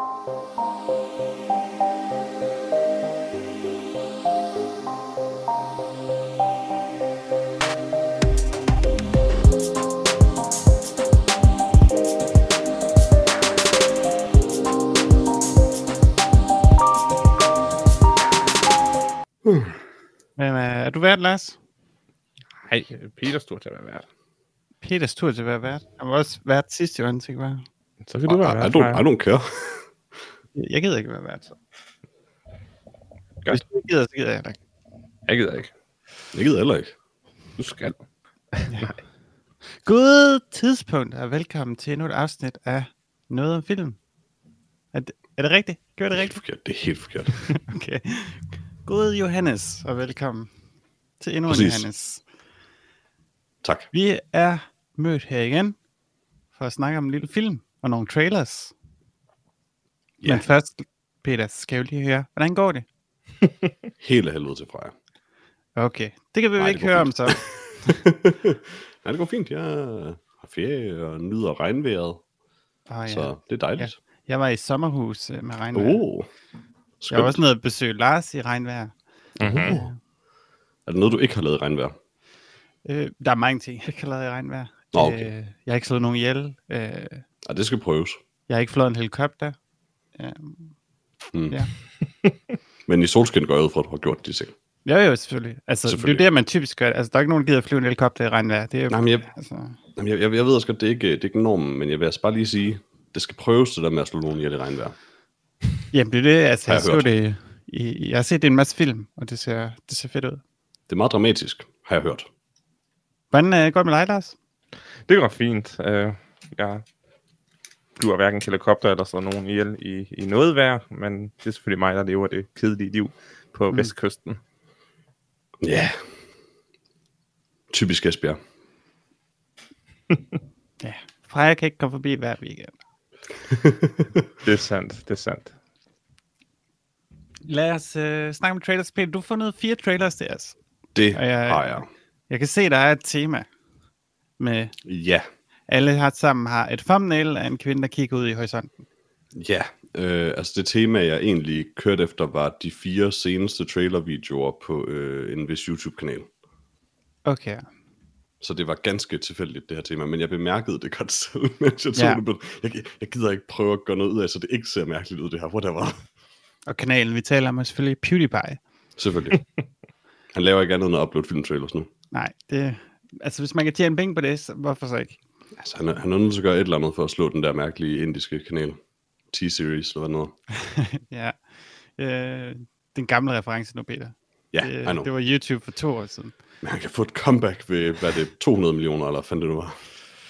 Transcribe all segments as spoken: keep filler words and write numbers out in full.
Hmm. Men, er du vært, Lars? Nej, Peters tur til at være vært. Peters tur til at være vært? Han var også vært sidste år, ikke bare? Så kan du være vært. I, I, don't, I don't care. Jeg gider ikke være vært, så. Hvis du ikke gider, så gider jeg ikke. Jeg gider ikke. Jeg gider heller ikke. Du skal. Ja. God tidspunkt, og velkommen til endnu et afsnit af Noget om film. Er det, er det rigtigt? Gør det, det rigtigt? Forkert. Det er helt forkert. Okay. God Johannes, og velkommen til endnu en Johannes. Tak. Vi er mødt her igen for at snakke om en lille film og nogle trailers. Ja. Men først, Peter, skal jeg lige høre, hvordan går det? Hele helvede til Freja. Okay, det kan vi jo ikke høre fint. Om så. Nej, det går fint. Jeg har ferie og nyder regnvejret. Oh, ja. Så det er dejligt. Ja. Jeg var i sommerhus med regnvejr. Oh, jeg var også nede at besøge Lars i regnvejr. Mm-hmm. Uh. Er det noget, du ikke har lavet i regnvejr? Øh, der er mange ting, jeg ikke har lavet i regnvejr. Nå, okay. øh, jeg har ikke slået nogen ihjel. Øh, ja, det skal prøves. Jeg har ikke flået en helikopter. Øh, mm. ja. Men i solskin går jeg ud fra, at du har gjort de ting. Jo, jo, selvfølgelig. Altså, selvfølgelig. Det er jo det, man typisk gør. Altså, der er ikke nogen, der gider at flyve en helikopter i regnvejr. Det er jo, Nej, men jeg, altså... jeg, jeg, jeg ved også godt, det er ikke, det er ikke normen, men jeg vil altså bare lige sige, det skal prøves det der med at slå nogen ihjel i regnvejr. Jamen, det er det. Altså, jeg, jeg, så det i, jeg har set det en masse film, og det ser, det ser fedt ud. Det er meget dramatisk, har jeg hørt. Hvordan uh, går det med dig, Lars? Det går fint. Uh, jeg flyver hverken helikopter eller slår nogen ihjel i, i noget vejr, men det er selvfølgelig mig, der lever det kedelige liv på mm. vestkysten. Ja. Yeah. Typisk Esbjerg. Ja. Freja kan ikke komme forbi hver weekend. Det er sandt, det er sandt. Lad os uh, snakke om trailers. Peter, du har fundet fire trailers til os. Det jeg, har jeg. Jeg kan se, der er et tema med... Ja. Alle har sammen har et thumbnail af en kvinde, der kigger ud i horisonten. Ja, øh, altså det tema, jeg egentlig kørte efter, var de fire seneste trailervideoer på øh, en vis YouTube-kanal. Okay. Så det var ganske tilfældigt, det her tema, men jeg bemærkede det godt selv, mens jeg tog ja. det. Jeg, jeg gider ikke prøve at gøre noget ud af, så det ikke ser mærkeligt ud, det her, whatever. Og kanalen, vi taler om, er selvfølgelig PewDiePie. Selvfølgelig. Han laver ikke andet end at uploade filmtrailers nu. Nej, det... Altså, hvis man kan tjene penge på det, så hvorfor så ikke? Altså, han er, han er nødt til at gøre et eller andet for at slå den der mærkelige indiske kanal. T-Series, eller hvad noget. Ja. Øh, den gamle reference nu, Peter. Ja, det, I know. Det var YouTube for to år siden. Men han kan få et comeback ved, hvad det to hundrede millioner, eller hvad fanden det nu var.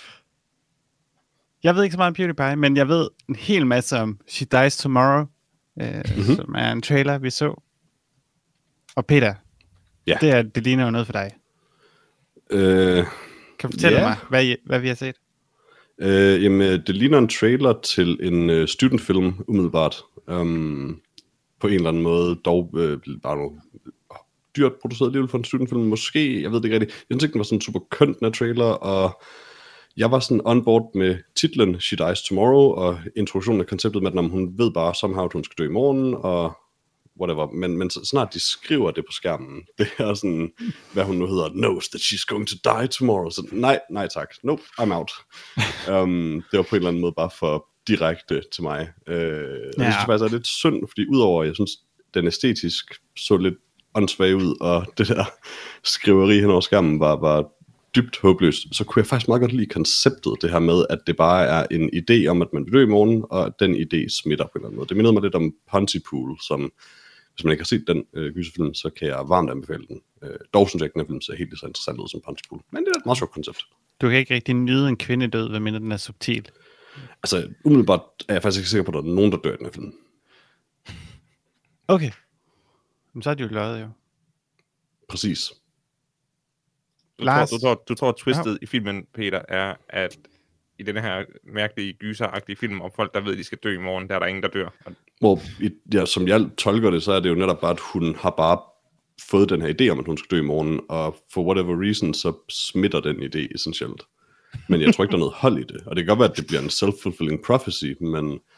Jeg ved ikke så meget om PewDiePie, men jeg ved en hel masse om She Dies Tomorrow, øh, mm-hmm. som er en trailer, vi så. Og Peter, ja. det, er, det ligner jo noget for dig. Øh, kan du fortælle yeah. mig, hvad, I, hvad vi har set? Øh, jamen, det ligner en trailer til en uh, studentfilm, umiddelbart. Um, på en eller anden måde, dog uh, bare noget dyrt produceret alligevel for en studentfilm. Måske, jeg ved det ikke rigtigt. Jeg synes ikke, den var sådan super kønt, den trailer, og jeg var sådan on board med titlen She Dies Tomorrow, og introduktionen af konceptet med den, om hun ved bare somehow, at hun skal dø i morgen, og whatever, men, men snart de skriver det på skærmen, det er sådan, hvad hun nu hedder, knows that she's going to die tomorrow, så nej, nej tak, nope, I'm out. um, det var på en eller anden måde bare for direkte til mig. Uh, ja. Jeg synes faktisk, det er lidt synd, fordi udover, jeg synes, den æstetisk så lidt åndssvag ud, og det der skriveri hen over skærmen var, var dybt håbløst, så kunne jeg faktisk meget godt lide konceptet, det her med, at det bare er en idé om, at man vil dø i morgen, og den idé smitter på en eller anden måde. Det mindede mig lidt om Pontypool, som, hvis man ikke har set den øh, gyserfilm, så kan jeg varmt anbefale den. Øh, dog synes jeg ikke, den her film ser helt så interessant ud som Pontypool, men det er et meget sjovt koncept. Du kan ikke rigtig nyde en kvindedød, hvad mindre den er subtil. Altså, umiddelbart er jeg faktisk ikke sikker på, at der er nogen, der dør i den her film. Okay. Men så er det jo løjet, jo. Præcis. Du tror, du, tror, du tror, at twistet ja. i filmen, Peter, er, at i den her mærkelige, gyseragtige film om folk, der ved, at de skal dø i morgen, der er der ingen, der dør. Hvor, ja, som jeg tolker det, så er det jo netop bare, at hun har bare fået den her idé om, at hun skal dø i morgen, og for whatever reason, så smitter den idé essentielt. Men jeg tror ikke, der er noget hold i det. Og det kan godt være, at det bliver en self-fulfilling prophecy, men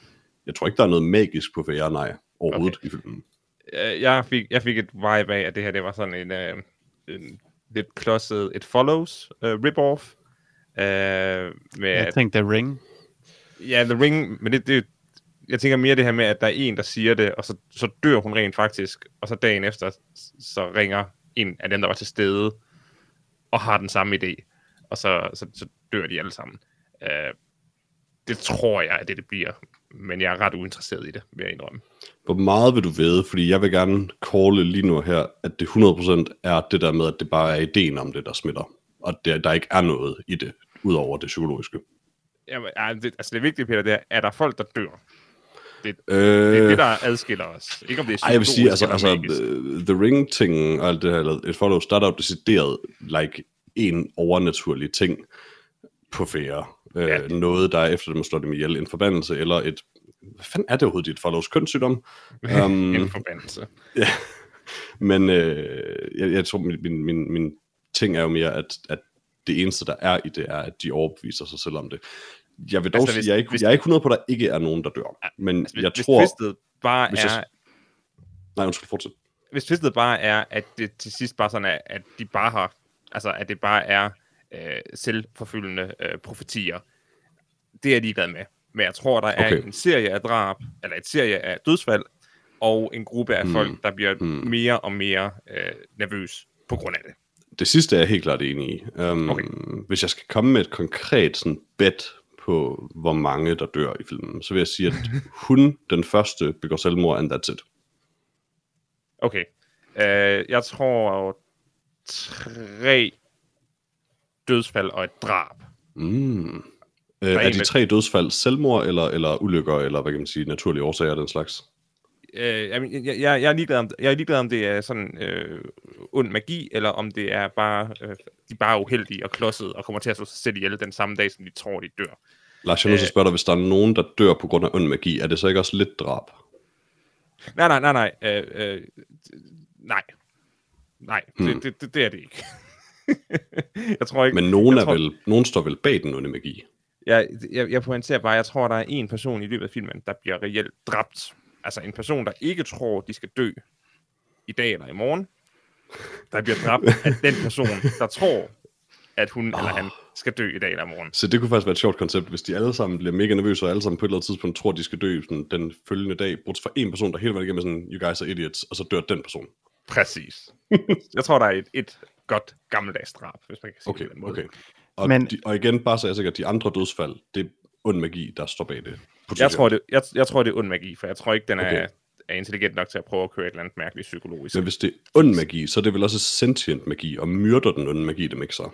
Jeg tror ikke, der er noget magisk på V R, nej, overhovedet okay. i filmen. Jeg fik, jeg fik et vibe af, at det her det var sådan en, uh, en lidt klodset et follows uh, rip-off. Uh, med jeg tænkte The Ring. Ja, The Ring, men det, det, jeg tænker mere det her med, at der er en, der siger det, og så, så dør hun rent faktisk, og så dagen efter, så ringer en af dem, der var til stede, og har den samme idé, og så, så, så dør de alle sammen. Uh, det tror jeg, at det, det bliver, men jeg er ret uinteresseret i det, vil jeg indrømme. Hvor meget vil du vide? Fordi jeg vil gerne calle lige nu her, at det hundrede procent er det der med, at det bare er ideen om det, der smitter, og det, der ikke er noget i det, udover det psykologiske. Jamen, det, altså det vigtige, Peter, det er, er der folk, der dør? Det, øh... det er det, der adskiller os. Ikke om det er psykologisk. Ej, jeg vil sige, altså, altså magisk. The, the Ring-ting og alt det her, eller et follow starter jo decideret, like, en overnaturlig ting på færre. Ja. Øh, noget, der er efter dem at slå dem ihjel, en forbandelse, eller et, hvad fanden er det overhovedet, dit follows kønssygdom? um, en forbandelse. Ja, men øh, jeg, jeg tror, min, min, min, min ting er jo mere, at, at det eneste, der er i det, er, at de overbeviser sig selv om det. Jeg vil dog altså, sige, hvis, jeg, er ikke, hvis, jeg er ikke hundrede på, at der ikke er nogen, der dør. Ja, men altså, jeg hvis, tror... Hvis twistet bare hvis jeg, er... Nej, undskyld, fortsæt. Hvis twistet bare er, at det til sidst bare sådan er, at de bare har... Altså, at det bare er øh, selvforfølgende øh, profetier. Det er jeg ligeglad med. Men jeg tror, der er okay. en serie af drab, eller et serie af dødsfald, og en gruppe af mm. folk, der bliver mm. mere og mere øh, nervøs på grund af det. Det sidste er jeg helt klart enig i. Um, okay. Hvis jeg skal komme med et konkret sådan bet på, hvor mange der dør i filmen, så vil jeg sige, at hun, den første, begår selvmord, and that's it. Okay. Uh, jeg tror tre dødsfald og et drab. Mm. Uh, er de tre dødsfald selvmord, eller, eller ulykker, eller hvad kan man sige, naturlige årsager af den slags? Uh, jeg, jeg, jeg, er ligeglad om, jeg er ligeglad om det er sådan øh, ond magi, eller om det er bare, øh, de bare er uheldige og klodsede, og kommer til at slå sig selv ihjel den samme dag, som de tror, de dør. Lars, jeg nu så spørger dig, hvis der er nogen, der dør på grund af ond magi, er det så ikke også lidt drab? Nej, nej, nej, nej. Øh, øh, nej. Nej, hmm. det, det, det, det er det ikke. Jeg tror ikke. Men nogen, er tror, vel, nogen står vel bag den onde magi? Jeg, jeg, jeg pointerer bare, jeg tror, der er en person i løbet af filmen, der bliver reelt dræbt. Altså en person, der ikke tror, de skal dø i dag eller i morgen, der bliver dræbt af den person, der tror, at hun oh. eller han skal dø i dag eller i morgen. Så det kunne faktisk være et sjovt koncept, hvis de alle sammen bliver mega nervøse, og alle sammen på et eller andet tidspunkt tror, de skal dø sådan, den følgende dag, bortset fra en person, der hele vejen igennem sådan, you guys are idiots, og så dør den person. Præcis. Jeg tror, der er et, et godt gammeldags drab, hvis man kan sige okay, det på den måde. Okay. Og, Men... de, og igen, bare så jeg sikkert, at de andre dødsfald, det er ond magi, der står bag det. Jeg tror, det, jeg, jeg tror, det er ond magi, for jeg tror ikke, den er, okay. er intelligent nok til at prøve at køre et eller andet mærkeligt psykologisk. Men hvis det er ond magi, så er det vel også sentient magi, og myrder den onde magi dem ikke så?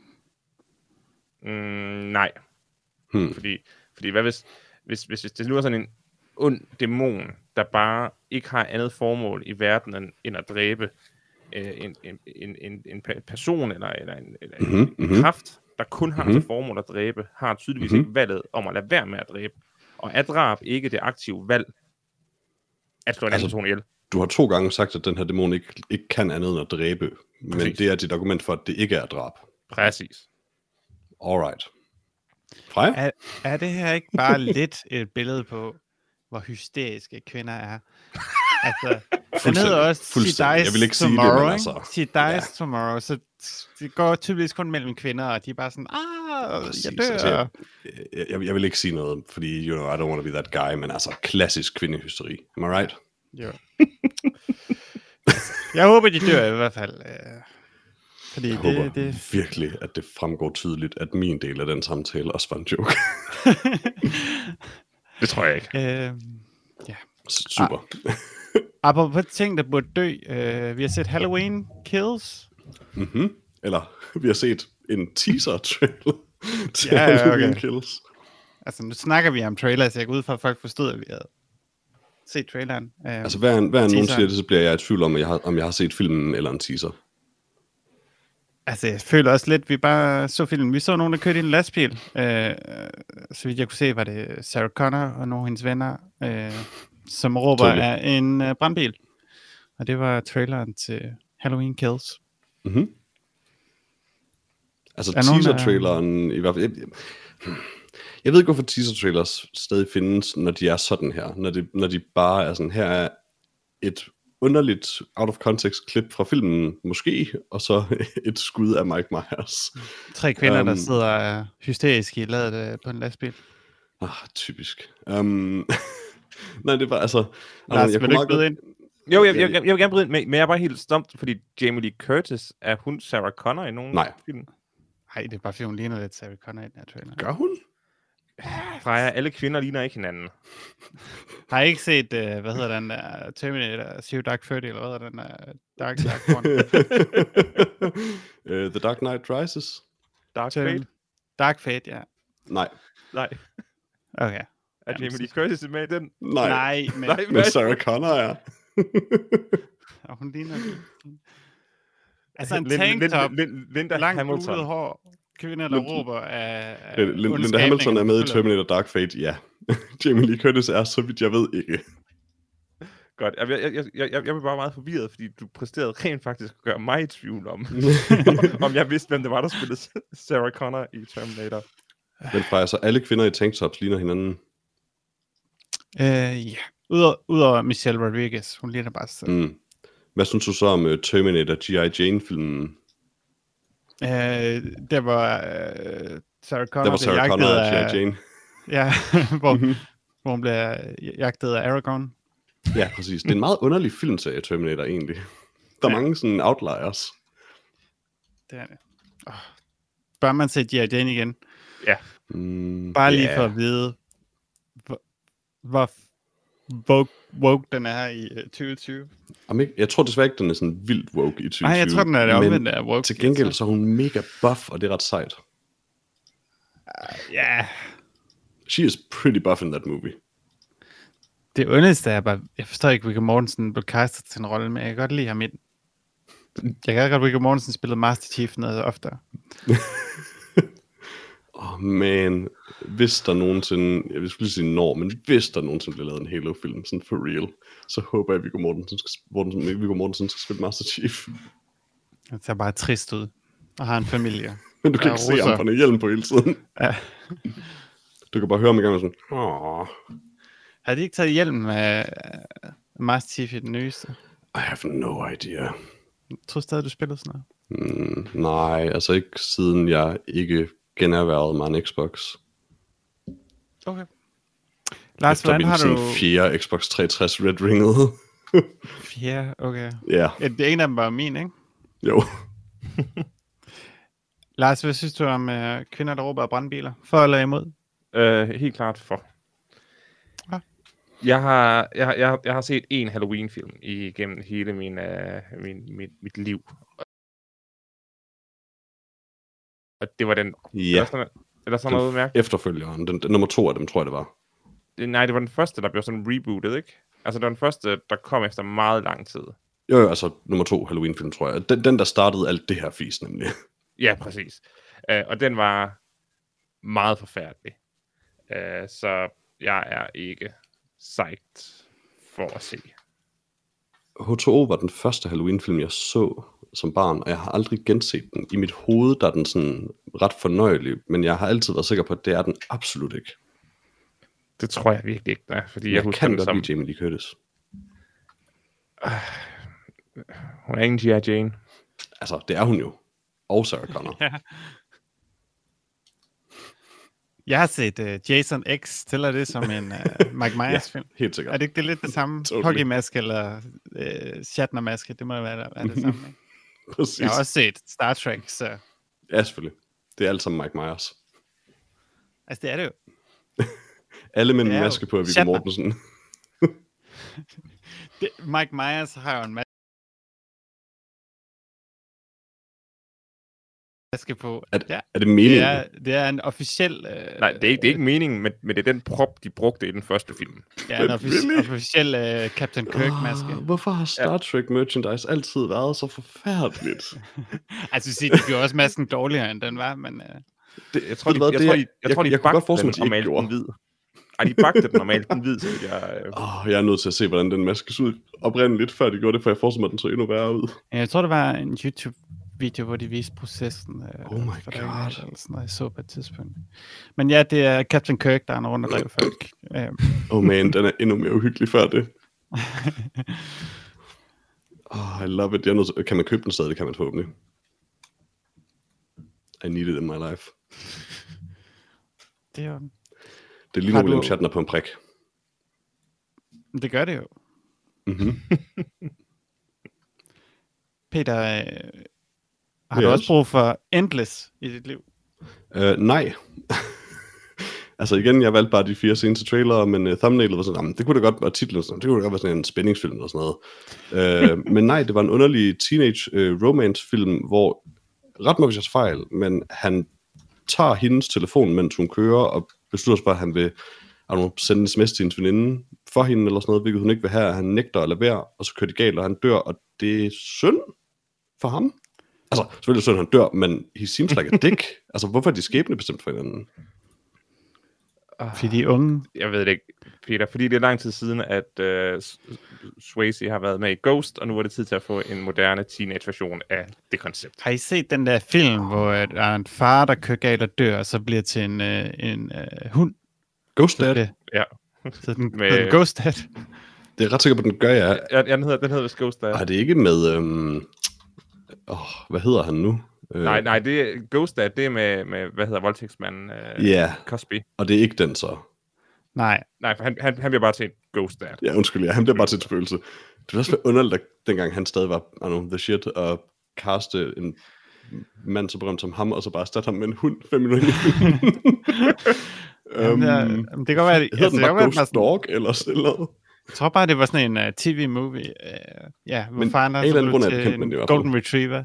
Mm, nej. Hmm. Fordi, fordi hvad hvis, hvis, hvis, hvis det nu er sådan en ond dæmon, der bare ikke har andet formål i verden end at dræbe øh, en, en, en, en, en person eller, eller en, eller mm-hmm, en, en mm-hmm. kraft, der kun har mm-hmm. til formål at dræbe, har tydeligvis mm-hmm. ikke valget om at lade være med at dræbe. Og er drab ikke det aktive valg at slå en altså, anden person ihjel? Du har to gange sagt, at den her dæmon ikke, ikke kan andet end at dræbe, Præcis. Men det er dit argument for, at det ikke er drab. Præcis. Alright. Freja? Er, er det her ikke bare lidt et billede på, hvor hysteriske kvinder er? Altså, den hedder også She Dies Jeg vil ikke Tomorrow, sige det, men altså... She Dies ja. Tomorrow, så det går typisk kun mellem kvinder, og de er bare sådan, ah, Præcis. jeg dør. Altså, jeg, jeg, jeg vil ikke sige noget, fordi, you know, I don't want to be that guy, men altså, klassisk kvindehysteri. Am I right? Jo. Jeg håber, de dør i hvert fald. Fordi jeg det, håber det... virkelig, at det fremgår tydeligt, at min del af den samtale også var en joke. Det tror jeg ikke. Øh, ja. Super. Apropos ting, der burde dø. Øh, vi har set Halloween Kills. Mm-hmm. Eller vi har set en teaser-trailer til ja, Halloween okay. Kills. Altså nu snakker vi om trailers, så jeg går ud fra, at folk forstod, at vi havde set traileren. Øh, altså hver en, hver en nogen siger det, så bliver jeg i tvivl om, jeg har, om jeg har set filmen eller en teaser. Altså, jeg føler også lidt, vi bare så filmen. Vi så nogen, der kørte i en lastbil. Øh, så vidt jeg kunne se, var det Sarah Connor og nogle af hendes venner, øh, som råber af en uh, brandbil. Og det var traileren til Halloween Kills. Mm-hmm. Altså teaser-traileren, i hvert fald... Jeg, Jeg ved ikke, hvorfor teaser-trailers stadig findes, når de er sådan her. Når de, når de bare er sådan, her er et underligt out-of-context klip fra filmen, måske, og så et skud af Mike Myers. Tre kvinder, um, der Um, sidder uh, hysterisk i ladet uh, på en lastbil. Ah, typisk. Um, nej, det var altså... Lars, jeg vil du ikke byde ind? Jo, jeg, jeg, jeg, jeg vil gerne bryde ind, men jeg er bare helt stumt, fordi Jamie Lee Curtis, er hun Sarah Connor i nogen Nej. film? Nej, det er bare fordi hun ligner lidt Sarah Connor i den her trailer. Gør hun? Freja, alle kvinder ligner ikke hinanden. Har I ikke set, uh, hvad hedder den der Terminator, Zero Dark Thirty, eller hvad hedder den der Dark Dark One? uh, The Dark Knight Rises? Dark Fate? Dark Fate, ja. Nej. Nej. Okay. Er Jamie Lee Curtis med i den? Nej. Nej, men, Nej, Men Sarah Connor er. og hun ligner altså en Lin- Lin- tanktop, Lin- Linda langt Hamilton. buet hår, kvinder, der råber af, af Lin- Lin- Linda Hamilton er med i Terminator Dark Fate, ja. Jamie Lee Curtis er, så vidt jeg ved, ikke. Godt. Jeg, jeg, jeg, jeg, jeg blev bare meget forvirret, fordi du præsterede rent faktisk at gøre mig i tvivl om, om jeg vidste, hvem det var, der spillede Sarah Connor i Terminator. Men Freja, så alle kvinder i tanktops ligner hinanden? Øh, ja. Udover, udover Michelle Rodriguez, hun ligner bare sådan. Mm. Hvad synes du så om uh, Terminator G I. Jane-filmen? Øh, der var øh, Sarah Connor, Der var Sarah Connor og G I. Jane. Ja, hvor, hvor hun bliver jagtet af Aragorn. Ja, præcis. Det er en meget underlig filmserie, Terminator, egentlig. Der er ja. mange sådan outliers. Det er det. Oh. Bør man se G I. Jane igen? Ja. Mm, Bare lige yeah. for at vide, hvor, hvor woke, woke den er i uh, tyve tyve. Jamen, jeg tror desværre ikke, den er sådan vildt woke i tyve tyve. Nej, jeg tror, den er det omvendt af woke. Til gengæld så er hun mega buff, og det er ret sejt. Ja. Uh, yeah. She is pretty buff in that movie. Det underligste er bare, jeg forstår ikke, Viggo Mortensen blev castet til en rolle, men jeg kan godt lide ham i den. Jeg kan godt, Viggo Mortensen spillede Master Chief noget oftere. Åh, oh, man. Hvis der nogensinde, jeg vil skulle sige når, men hvis der nogensinde bliver lavet en Halo-film, sådan for real, så håber jeg, at Viggo Mortensen skal, Mortensen, Viggo Mortensen skal spille Master Chief. Han ser bare trist ud, og har en familie. Men du kan ikke russer. se ham på en hjelm på hele tiden. Ja. Du kan bare høre ham i gang med sådan, åh. Har de ikke taget hjelm af Master Chief i den nyeste? I have no idea. Jeg tror stadig, du spillede sådan noget. Mm, nej, altså ikke siden jeg ikke generhvervede mig en Xbox. Okay. Lars, Efter hvordan har du... fjerde Xbox tre tres Red Ringet. Fjerde, okay. Ja. Yeah. Ja, det ene af dem var min, ikke? Jo. Lars, hvad synes du om uh, kvinder, der råber af brandbiler? For eller imod? Uh, helt klart for. Ja. Jeg har, jeg, har, jeg, har, jeg har set en Halloween-film igennem hele min, uh, min, mit, mit liv. Og det var den ja. første, eller sådan noget udmærket? Efterfølgeren, den, den nummer to af dem, tror jeg, det var. Det, nej, det var den første, der blev sådan rebootet, ikke? Altså, det var den første, der kom efter meget lang tid. Jo, jo, altså nummer to Halloween-film, tror jeg. Den, den der startede alt det her fis, nemlig. Ja, præcis. Uh, og den var meget forfærdelig. Uh, så jeg er ikke psyched for at se. H to O var den første Halloween-film, jeg så som barn, og jeg har aldrig genset den. I mit hoved, der er den sådan ret fornøjelig, men jeg har altid været sikker på, at det er den absolut ikke. Det tror jeg virkelig ikke, der, fordi jeg, jeg husker kan den godt som... lide Jamie Lee Curtis. Uh, hun er ingen G I. Jane. Altså, det er hun jo. Og Sarah Connor. Ja. Jeg har set uh, Jason X, tæller det som en uh, Mike Myers film? Ja, helt sikkert. Er det ikke det lidt det samme? Totally. Hockeymaske eller uh, Shatner-maske, det må være, være det samme, ikke? Præcis. Jeg har også set Star Trek, så... Ja, selvfølgelig. Det er alt sammen Mike Myers. Altså, det er det jo. Alle med en maske på, at Viggo Mortensen. det, Mike Myers har jo en maske på. Er, ja. er det meningen? Det er, det er en officiel... Øh, Nej, det er, ikke, det er ikke meningen, men, men det er den prop, de brugte i den første film. Ja, en offic- really? officiel øh, Captain Kirk-maske. Oh, hvorfor har Star Trek merchandise altid været så forfærdeligt? altså, sige, de gjorde også masken dårligere, end den var, men... Øh... Det, jeg tror, de, jeg, jeg, tror, de, jeg, jeg, tror, de jeg, jeg bagte den og malte den hvid. Ej, de bagte den og malte den hvid, så jeg... Øh... Oh, jeg er nødt til at se, hvordan den maske så ud oprindeligt, før de gjorde det, for jeg forestiller mig, at den så endnu værre ud. Jeg tror, det var en YouTube video, hvor de viste processen. Øh, oh my for god. Eller sådan noget, jeg så på et tidspunkt. Men ja, det er Captain Kirk, der er rundt og drev folk. Um. Oh man, den er endnu mere uhyggelig før det. Oh, I love it. Jeg nødt, kan man købe den stadig? Det kan man forhåbentlig. I need it in my life. Det er jo... Det ligner du... William Shatner på en prik. Det gør det jo. Mm-hmm. Peter, øh, har yes. du også brug for Endless i dit liv? Uh, nej. Altså igen, jeg valgte bare de fire seneste trailere, men uh, thumbnailet var sådan, det kunne da godt være titlen, det kunne da godt være sådan en spændingsfilm og sådan noget. uh, men nej, det var en underlig teenage uh, romance film, hvor, ret nok hvis jeg tager fejl, men han tager hendes telefon, mens hun kører, og beslutter sig for, at han vil know, sende en sms til hendes veninde for hende, eller sådan noget, hvilket hun ikke vil have, han nægter at lade være, og så kører de galt, og han dør, og det er synd for ham. Altså, selvfølgelig synd, han dør, men he seems like a dick. Altså, hvorfor er de skæbne bestemt for hinanden? Fordi de er unge. Jeg ved det ikke, Peter. Fordi det er lang tid siden, at uh, Swayze har været med i Ghost, og nu er det tid til at få en moderne teenage-version af det koncept. Har I set den der film, hvor der er en far, der kører galt og dør, og så bliver til en, uh, en uh, hund? Ghost Dad? Ja. Så den, med... den Ghost Dad? Det er ret sikker på, den gør jeg. Ja, den hedder, den hedder Ghost Dad. Er det ikke med... Øhm... Oh, hvad hedder han nu? Nej, nej, det er Ghost Dad, det er med, med hvad hedder voldtægtsmanden? Ja, uh, yeah. Cosby. Og det er ikke den så? Nej. Nej, for han, han, han bliver bare til en Ghost Dad. Ja, undskyld, ja, han bliver bare til et spøgelse. Det var også være underligt, at dengang han stadig var, I know, the shit, og caste en mand så berømt som ham, og så bare erstatte ham med en hund fem minutter. um, ja, det kan godt være, det hedder altså, den bare Ghost sådan... Dog, eller sådan noget? Jeg tror bare, det var sådan en uh, T V-movie. Uh, ja, hvor faren har så blevet til en Golden Retriever.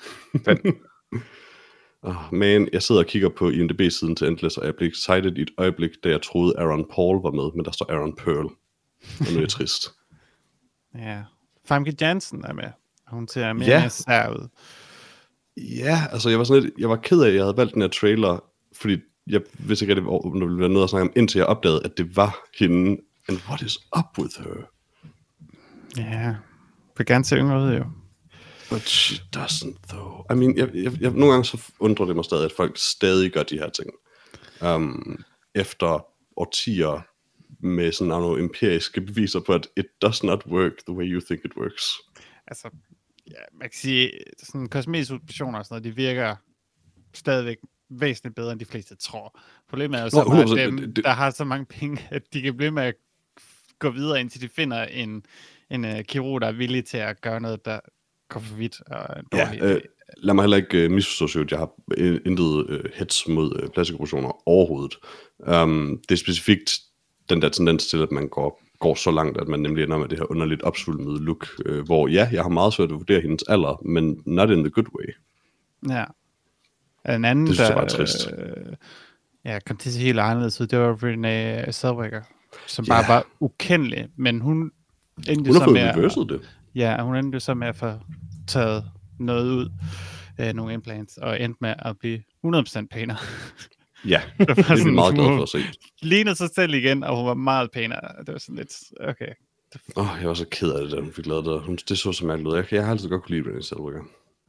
Oh, man, jeg sidder og kigger på I M D B-siden til Endless, og jeg blev excited i et øjeblik, da jeg troede Aaron Paul var med, men der står Aaron Pearl. Og nu er jeg trist. Ja, Famke Janssen er med. Hun ser mere ja. sær ud. Ja, altså jeg var sådan lidt, jeg var ked af, at jeg havde valgt den her trailer, fordi jeg vidste ikke, at det ville være noget at snakke om, indtil jeg opdagede, at det var hende. And what is up with her? Ja, vil gerne se yngre ud, jo. But she doesn't, though. I mean, jeg, jeg, jeg, nogle gange så undrer det mig stadig, at folk stadig gør de her ting. Um, efter årtier med sådan nogle empiriske beviser på, at it does not work the way you think it works. Altså, ja, man kan sige, sådan kosmetiske operationer og sådan noget, de virker stadigvæk væsentligt bedre, end de fleste tror. Problemet er jo så Nå, meget, at dem, det, det... der har så mange penge, at de kan blive med at gå videre, indtil de finder en, en uh, kirurg, der er villig til at gøre noget, der går for vidt. Og ja, øh, lad mig heller ikke uh, misforstå, at jeg har intet uh, hets mod uh, plastikoperationer overhovedet. Um, det er specifikt den der tendens til, at man går, går så langt, at man nemlig ender med det her underligt opsvulmede look, uh, hvor ja, jeg har meget svært at vurdere hendes alder, men not in the good way. Ja. En anden, det synes der, jeg var trist. Øh, ja, kom til at se helt anderledes ud, det var Renée Zellweger, som yeah. bare var ukendelig, men hun endte hun så med at, det. Ja, hun endte så med at få taget noget ud af nogle implants, og endte med at blive hundrede procent pænere. Ja, det, det er vi meget glad for at se. Lignede sig selv igen, og hun var meget pænere. Det var sådan lidt, okay. Åh, oh, jeg var så ked af det, da hun fik lavet det. Hun, det så så mærkeligt ud. Jeg, jeg har altid godt kunne lide Renée Zellweger.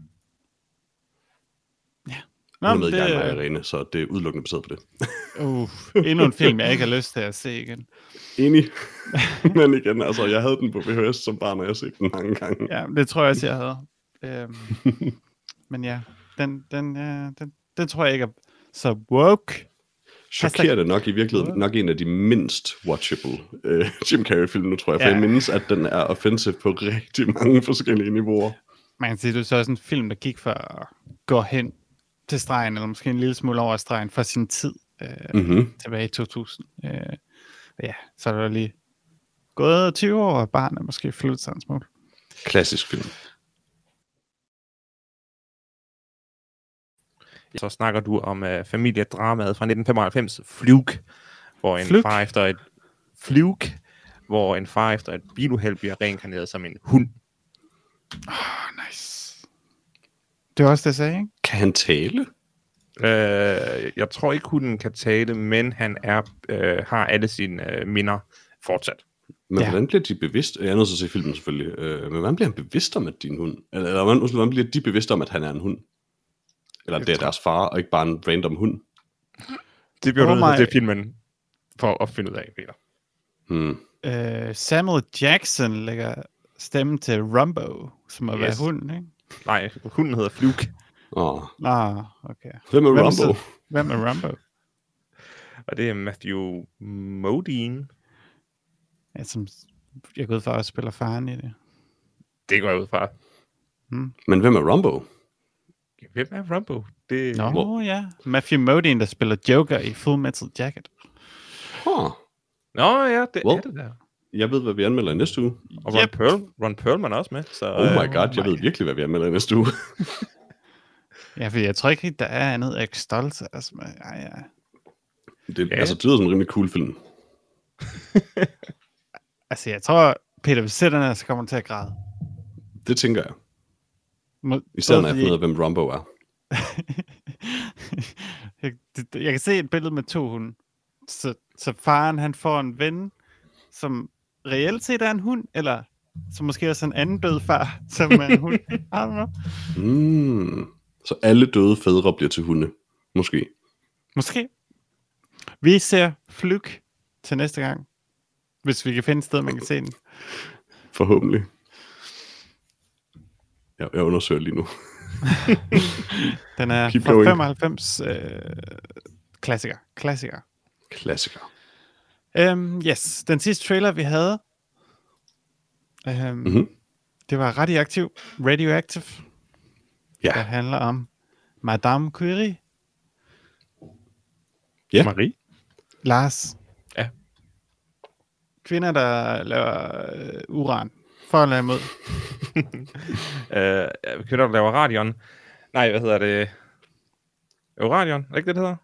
Ja. Nå, hun er med det... i Gang med Irene, så det er udelukkende baseret på det. uh, endnu en film, jeg ikke har lyst til at se igen. Enig. Men igen, altså, jeg havde den på V H S som barn, og jeg har set den mange gange. Ja, det tror jeg også, jeg havde. Øhm, men ja, den, den, ja, den, den tror jeg ikke er så woke. Chokerende nok i virkeligheden, nok en af de mindst watchable uh, Jim Carrey-film, nu tror jeg, for ja. Jeg mindes, at den er offensive på rigtig mange forskellige niveauer. Man kan sige, det er så også en film, der gik for at gå hen til stregen, eller måske en lille smule over stregen for sin tid, øh, mm-hmm. tilbage i to tusind. Øh, ja, så er der lige gået tyve år, og barnet måske flyttet sig en smule. Klassisk film. Så snakker du om uh, familiedramaet fra nitten femoghalvfems, Fluke, hvor en Fluke? far efter et Fluke, hvor en far efter et biluheld bliver reinkarneret som en hund. Oh, nice. Det var også det, jeg sagde, ikke? Kan han tale? Uh, jeg tror ikke, hunden kan tale, men han er uh, har alle sine uh, minder fortsat. Men Ja. hvordan bliver de bevidst? Jeg er nødt til at se filmen selvfølgelig. Øh, men hvordan bliver han bevidst om, at din hund? Eller, eller hvordan, hvordan bliver de bevidst om, at han er en hund? Eller Jeg det er tror- deres far, og ikke bare en random hund? Det bliver Oh oh noget my- til filmen for at opfinde ud af, Peter. Hmm. Øh, Samuel Jackson lægger stemme til Rumbo, som må yes. være Yes. hunden, ikke? Nej, hunden hedder Fluke. Åh. Ah, okay. Hvem er Hvem Rumbo? så- Hvem er Rumbo? Og det er Matthew Modine. Ja, som jeg går ud fra, at spiller faren i det. Det går jeg ud fra. Men hvem er Rumbo? Hvem er Rumbo? Det... Nå Hvor- ja, Matthew Modine, der spiller Joker i Full Metal Jacket. Huh. Nå ja, det Well. er det der. Jeg ved, hvad vi anmelder i næste uge. Og Ron, Yep. Perl, Ron Perlman er også med. Så, Oh my øh, god, jeg my ved virkelig, hvad vi anmelder i næste uge. Ja, for jeg tror ikke rigtig, der er andet X Stolz. Altså, ja, ja. Det, Ja. altså, det lyder som en rimelig cool film. Altså, jeg tror, Peter, hvis sætter den her, så kommer han til at græde. Det tænker jeg. Må, Især både når jeg fordi- finder ud af, hvem Rumbo er. jeg, det, det- jeg kan se et billede med to hunde. Så, så faren, han får en ven, som reelt set er en hund, eller som måske også er en anden død far, som er en hund. I don't know. Mm. Så alle døde fædre bliver til hunde. Måske. Måske. Vi ser Fluke til næste gang, hvis vi kan finde et sted, man kan se den. Forhåbentlig. Jeg, jeg undersøger lige nu. Den er Keep fra going. femoghalvfems. Øh, klassiker. Klassiker. Klassiker. Um, yes, den sidste trailer, vi havde, um, Mhm. det var Radioaktiv, Radioactive, Ja. der handler om Madame Curie. Ja. Marie? Lars. Ja. Kvinder, der laver øh, uran. For eller imod. øh, kvinder, der laver radion. Nej, hvad hedder det? Jo, radion. Er det ikke det, det hedder?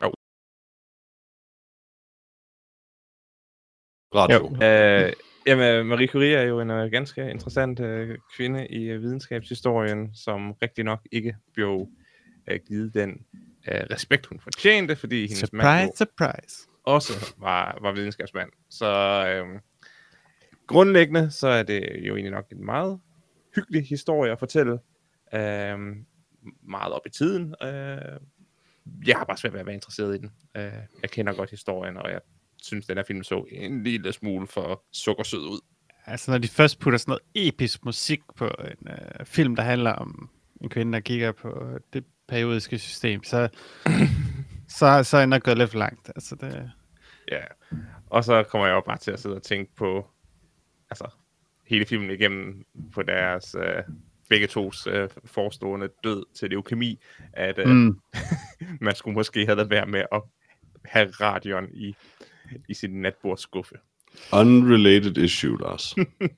Radio. Øh, jamen, Marie Curie er jo en uh, ganske interessant uh, kvinde i uh, videnskabshistorien, som rigtig nok ikke blev uh, givet den uh, respekt, hun fortjente, fordi hendes mand jo Surprise, surprise. også var, var videnskabsmand. Så øh, grundlæggende, så er det jo egentlig nok en meget hyggelig historie at fortælle. Øh, meget op i tiden. Øh, jeg har bare svært ved at være interesseret i den. Øh, jeg kender godt historien, og jeg synes, den her film så en lille smule for sukkersød ud. Altså, når de først putter sådan noget episk musik på en øh, film, der handler om en kvinde, der kigger på det periodiske system, så, så, så er jeg nok gået lidt for langt. Altså, det... Ja. Og så kommer jeg jo bare til at sidde og tænke på, altså, hele filmen igennem på deres øh, begge tos øh, forestående død til leukemi, at øh, Mm. man skulle måske have været være med at have radion i, i sin natbordsskuffe. Unrelated issue, Lars.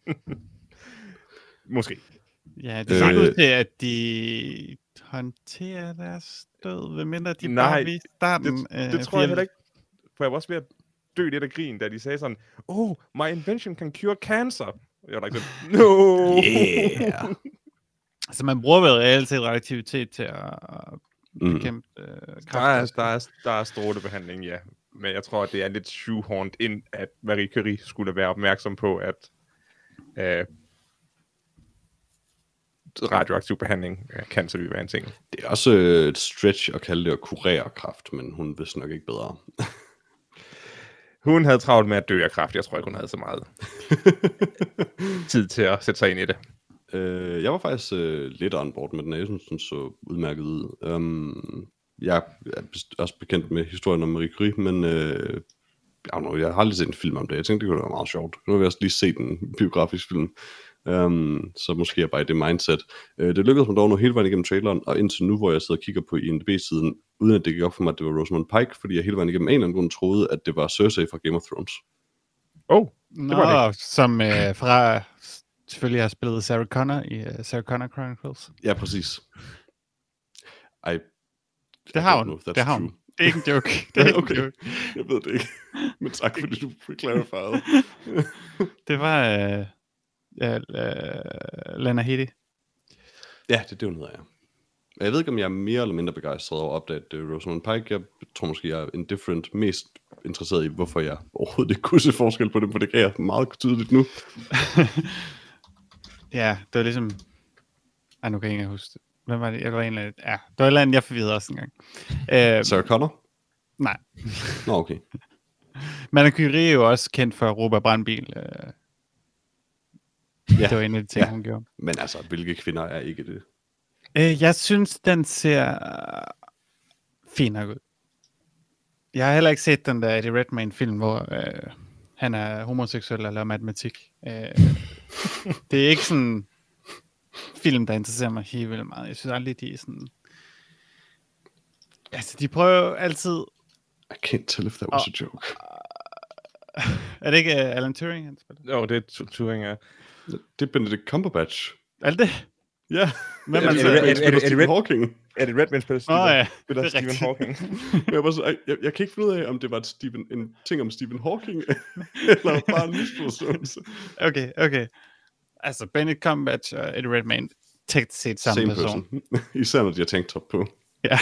Måske. Ja, det ser ikke Øh. ud til, at de håndterer deres død, ved mindre de Nej, bare viser starten. Det, øh, det tror jeg heller ikke. For jeg var også ved at dø lidt af grin, da de sagde sådan, oh, my invention can cure cancer. Jeg var like sådan, no! Yeah. Altså, man bruger vel reelt set radioaktivitet til at Mm. bekæmpe øh, Der er, kræft. der, er, der er strålebehandling, ja. Men jeg tror, at det er lidt shoehorned ind, at Marie Curie skulle være opmærksom på, at øh, radioaktiv behandling øh, kan selvfølgelig være en ting. Det er også øh, et stretch at kalde det at kurere kræft, men hun vidste nok ikke bedre. Hun havde travlt med at dø af kræft. Jeg tror ikke, hun havde så meget tid til at sætte sig ind i det. Øh, jeg var faktisk øh, lidt on board med den. Jeg synes, den så udmærket ud. Um, jeg er best- også bekendt med historien om Marie Curie, men øh, jeg, know, jeg har aldrig set en film om det. Jeg tænkte, det kunne være meget sjovt. Nu har vi også lige set en biografisk film. Um, så måske er jeg bare i det mindset. Uh, det lykkedes mig dog nu hele vejen igennem traileren, og indtil nu, hvor jeg sidder og kigger på I M D B-siden, uden at det gik op for mig, at det var Rosamund Pike, fordi jeg hele vejen igennem en eller anden grund troede, at det var Cersei fra Game of Thrones. Oh, Nå, var som øh, fra selvfølgelig har spillet Sarah Connor i uh, Sarah Connor Chronicles. Ja, præcis. I, Det har I don't hun. know if that's Det har hun. true. Det er ikke en joke. Det er ikke Okay. en joke. Jeg ved det ikke. Men tak, fordi du fik clarified. Det var øh, øh, øh, Lena Headey. Ja, det er det, hun hedder, ja. Jeg ved ikke, om jeg er mere eller mindre begejstret over at opdage uh, Rosamund Pike. Jeg tror måske, jeg er indifferent. Mest interesseret i, hvorfor jeg overhovedet ikke kunne se forskel på dem, for det kan jeg meget tydeligt nu. Ja, det var ligesom... Ej, nu kan jeg ikke huske det. Hvem var det? Jeg var egentlig... Ja, det var et eller andet, jeg forvirrede også engang. Øh, Sarah Connor? Nej. Nå, okay. Manu Chao er jo også kendt for Råbe Brandbil. Øh. Ja. Det var en af de ting, ja. Hun gjorde. Men altså, hvilke kvinder er ikke det? Øh, jeg synes, den ser fin nok ud. Jeg har heller ikke set den der Eddie Redmayne-film, hvor øh, han er homoseksuel eller matematik. Øh, det er ikke sådan film, der interesserer mig helt vildt meget. Jeg synes aldrig, de er sådan... Altså, de prøver altid... I can't tell if that was oh, a joke. Uh, er det ikke uh, Alan Turing, han spiller? Jo, det er Turing, ja. Det er Benedict Cumberbatch. Er det? Ja. Hvem er det? Er det Stephen Hawking? Er det Redman spiller Stephen, oh, ja. spiller Stephen Hawking? jeg, var så, jeg, jeg kan ikke finde ud af, om det var et Stephen, en ting om Stephen Hawking, eller bare en misforståelse. Okay, okay. Altså, Benedict Cumberbatch og Eddie Redmayne, teknisk set samme Same person. person. Især når de har tænkt top på. Ja.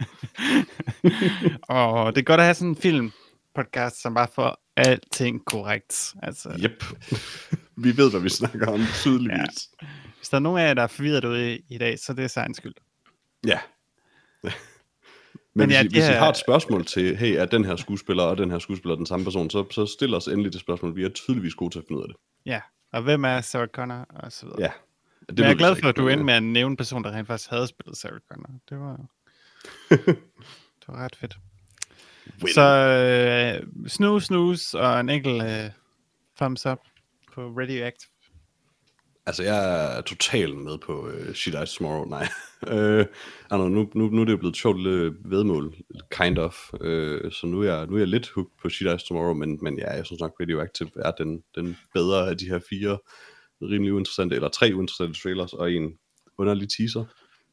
Og det er godt at have sådan en filmpodcast, som bare får alting korrekt. Altså. Yep. Vi ved, hvad vi snakker om, tydeligvis. Ja. Hvis der er nogen af jer, der er forvirret ude i, i dag, så det er sejens skyld. Ja. Men, Men hvis, ja, I, hvis her... I har et spørgsmål til, hey, er den her skuespiller og den her skuespiller den samme person, så, så stil os endelig det spørgsmål. Vi er tydeligvis gode til at finde ud af det. Ja, og hvem er Sarah Connor og så videre. Ja. Det Men jeg er glad for, at du endte med at nævne en person, der rent faktisk havde spillet Sarah Connor. Det var, det var ret fedt. Win. Så uh, snus, snus og en enkelt uh, thumbs up på Radioactive. Altså, jeg er totalt med på uh, She Dies Tomorrow. Nej. uh, altså, nu, nu, nu er det jo blevet et sjovt lille vedmål, kind of. Uh, så nu er, jeg, nu er jeg lidt hooked på She Dies Tomorrow, men, men ja, jeg synes nok, Radioactive er den, den bedre af de her fire rimelig uinteressante, eller tre uinteressante trailers, og en underlig teaser.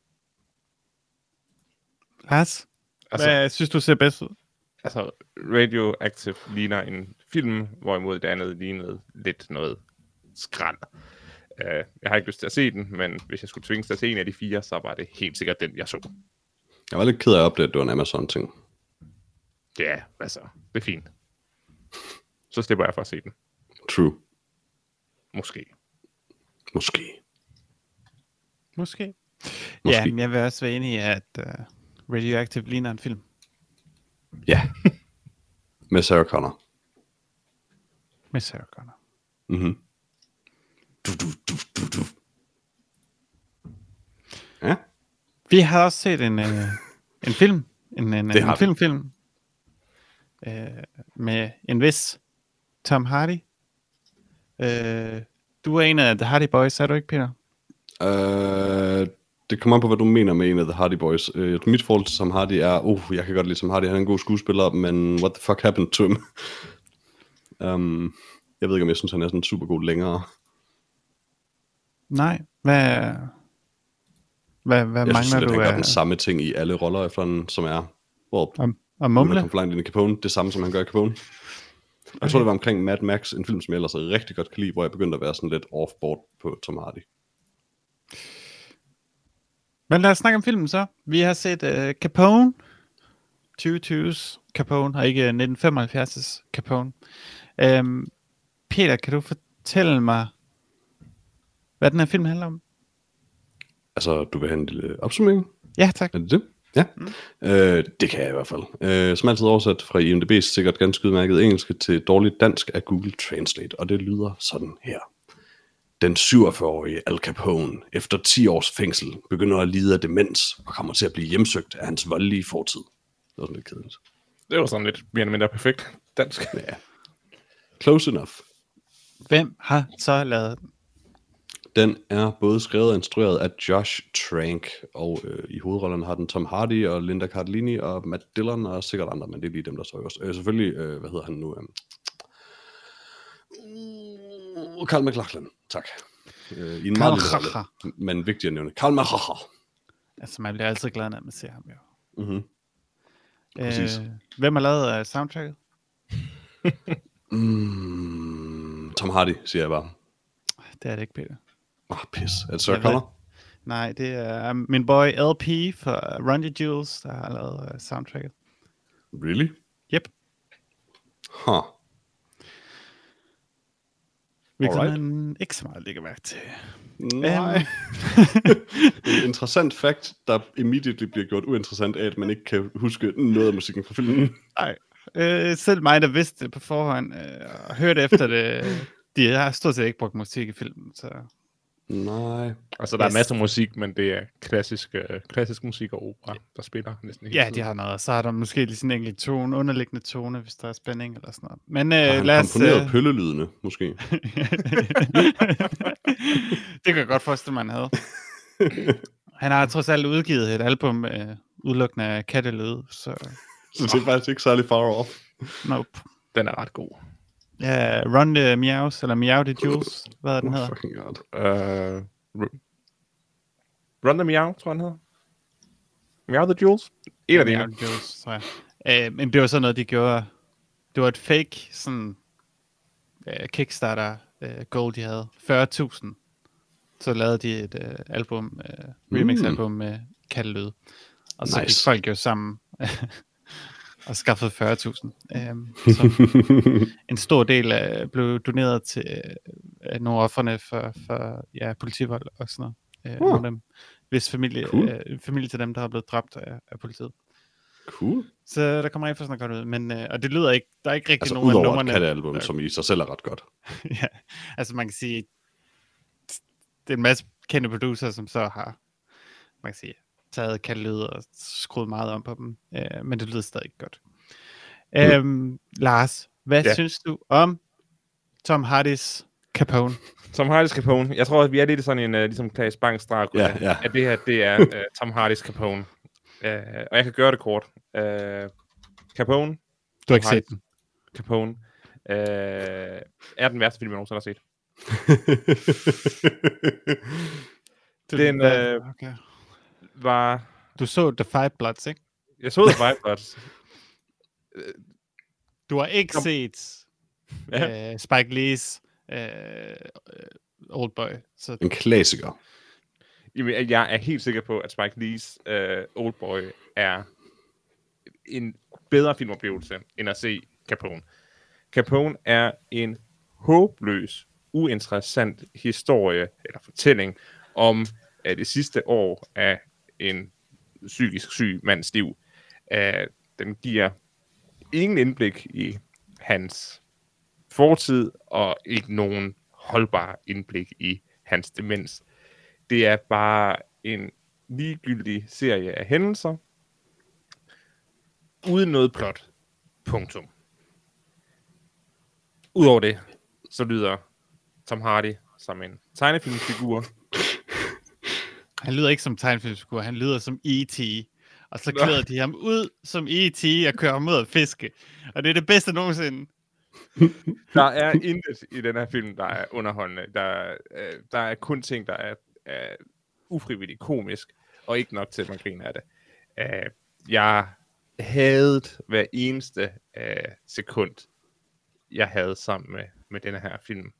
Lars, altså, hvad synes du ser bedst ud? Altså, Radioactive ligner en film, hvorimod det andet lignede lidt noget skrald. Uh, jeg har ikke lyst til at se den, men hvis jeg skulle tvinges til at se en af de fire, så var det helt sikkert den, jeg så. Jeg var lidt ked af at opdage, at det var en Amazon-ting. Ja, altså, det er fint. Så slipper jeg for at se den. True. Måske. Måske. Måske. Måske. Ja, men jeg vil også være enig i, at uh, Radioactive ligner en film. Ja. Med Sarah Connor. Med Sarah Connor. Mhm. Du, du, du, du, du. Ja. Vi har også set en, uh, en film. En, en, en filmfilm. Uh, med en vis Tom Hardy. Uh, du er en af The Hardy Boys, er du ikke, Peter? Uh, det kommer an på, hvad du mener med en af The Hardy Boys. Uh, mit forhold til Tom Hardy er, uh, jeg kan godt lide Tom Hardy, han er en god skuespiller, men what the fuck happened to him? um, jeg ved ikke, om jeg synes, han er sådan super god længere. Nej, hvad, hvad, hvad jeg mangler synes, du? Jeg gør den samme ting i alle roller efterhånden, som er, hvor om, om mumle? Han kommer ind i Capone, det samme, som han gør i Capone. Okay. Jeg tror, det var omkring Mad Max, en film, som jeg ellers rigtig godt kan lide, hvor jeg begyndte at være sådan lidt off-board på Tom Hardy. Men lad os snakke om filmen så. Vi har set uh, Capone, tyve tyves Capone, og ikke nitten femoghalvfjerds Capone. Um, Peter, kan du fortælle mig, hvad den her film handler om? Altså, du vil have en lille opsummering? Ja, tak. Er det det? Ja, mm. øh, det kan jeg i hvert fald. Øh, som altid oversat fra I M D B's sikkert ganske udmærket engelske til dårligt dansk af Google Translate, og det lyder sådan her. Den syvogfyrre-årige Al Capone, efter ti års fængsel, begynder at lide af demens og kommer til at blive hjemsøgt af hans voldelige fortid. Det var sådan lidt kedeligt. Det var sådan lidt mere eller mindre perfekt dansk. Ja. Close enough. Hvem har så lavet den? Den er både skrevet og instrueret af Josh Trank, og øh, i hovedrollerne har den Tom Hardy og Linda Cardellini og Matt Dillon og sikkert andre, men det er lige dem, der står også. Øh, selvfølgelig, øh, hvad hedder han nu? Øh, Carl McLachlan, tak. Øh, I en meget lille rolle, men vigtigt at nævne. Carl McLachlan. Altså, man bliver altid glad, når man ser ham jo. Mhm. Øh, hvem har lavet uh, soundtracket? mm, Tom Hardy, siger jeg bare. Det er det ikke, Peter. Åh, oh, pis. Er det Sarah Connor? Nej, det er um, min boy L P fra Run the Jewels, der har lavet uh, soundtracket. Really? Yep. Huh. Hvilket man ikke så meget lægger mærke til. Nej. En interessant fact, der immediately bliver gjort uinteressant af, at man ikke kan huske noget af musikken fra filmen. Nej. Øh, selv mig, der vidste det på forhånd, øh, og hørte efter det, de har stort set ikke brugt musik i filmen, så... Nej. Altså, der yes. er masser af musik, men det er klassisk, øh, klassisk musik og opera, der spiller næsten hele Ja, tiden. de har noget. Så har der måske lige sådan en enkelt tone, underliggende tone, hvis der er spænding eller sådan noget. Men øh, har lad os... komponeret øh... pøllelydene, måske. Det kan jeg godt forestille mig, han havde. Han har trods alt udgivet et album øh, udelukkende af kattelyde, så... Så det er faktisk ikke særlig far off. Nope. Den er ret god. Ja, Run the Meows, eller Meow the Jules, hvad er den oh, hedder? Fucking god. Uh, Run the Meow, tror jeg, den hedder. Meow the Jules? En af de Meow the Jules, tror jeg. Uh, men det var sådan noget, de gjorde... Det var et fake, sådan... Uh, Kickstarter uh, goal, de havde. fyrre tusind. Så lavede de et uh, album, uh, remix-album med mm. kattelyde. Og så nice. Gik folk jo sammen... og skaffede fyrre tusind. Um, en stor del af, blev doneret til uh, nogle offerne for, for ja, politivold og sådan noget. Uh, oh. Nogle af dem, hvis familie, cool. uh, familie til dem, der er blevet dræbt af, af politiet. Cool. Så der kommer ikke for sådan noget godt ud. Men, uh, og det lyder ikke, der er ikke rigtig altså, nogen af numrene. Altså udover et kattealbum, som i sig selv er ret godt. Ja, altså man kan sige, det er en masse kendte producer, som så har, man kan sige, taget kattelyde og skruet meget om på dem. Uh, men det lyder stadig godt. Øhm, Lars, hvad ja. synes du om Tom Hardys Capone? Tom Hardys Capone. Jeg tror, at vi er lidt sådan en uh, ligesom Claes Bangs Dracula, ja, ja. at det her, det er uh, Tom Hardys Capone. Uh, og jeg kan gøre det kort. Uh, Capone. Du har ikke set den. Capone. Uh, er den værste film, jeg nogensinde har set. den uh, okay. var... Du så The Five Bloods, ikke? Jeg så The Five Bloods. Du har ikke Kom. set ja. uh, Spike Lee's uh, Oldboy. Så... En klassiker. Jamen, jeg er helt sikker på, at Spike Lee's uh, Oldboy er en bedre filmoplevelse, end at se Capone. Capone er en håbløs, uinteressant historie, eller fortælling, om uh, det sidste år af en psykisk syg mands liv. Uh, den giver ingen indblik i hans fortid, og ikke nogen holdbar indblik i hans demens. Det er bare en ligegyldig serie af hændelser, uden noget plot. Punktum. Udover det, så lyder Tom Hardy som en tegnefilmsfigur. Han lyder ikke som tegnefilmsfigur, han lyder som E T Og så klæder de ham ud som E T og kører ham ud at fiske. Og det er det bedste nogensinde. Der er intet i den her film, der er underholdende. Der, øh, der er kun ting, der er, er ufrivilligt komisk, og ikke nok til, at man griner af det. Øh, jeg havde hver eneste øh, sekund, jeg havde sammen med, med denne her film.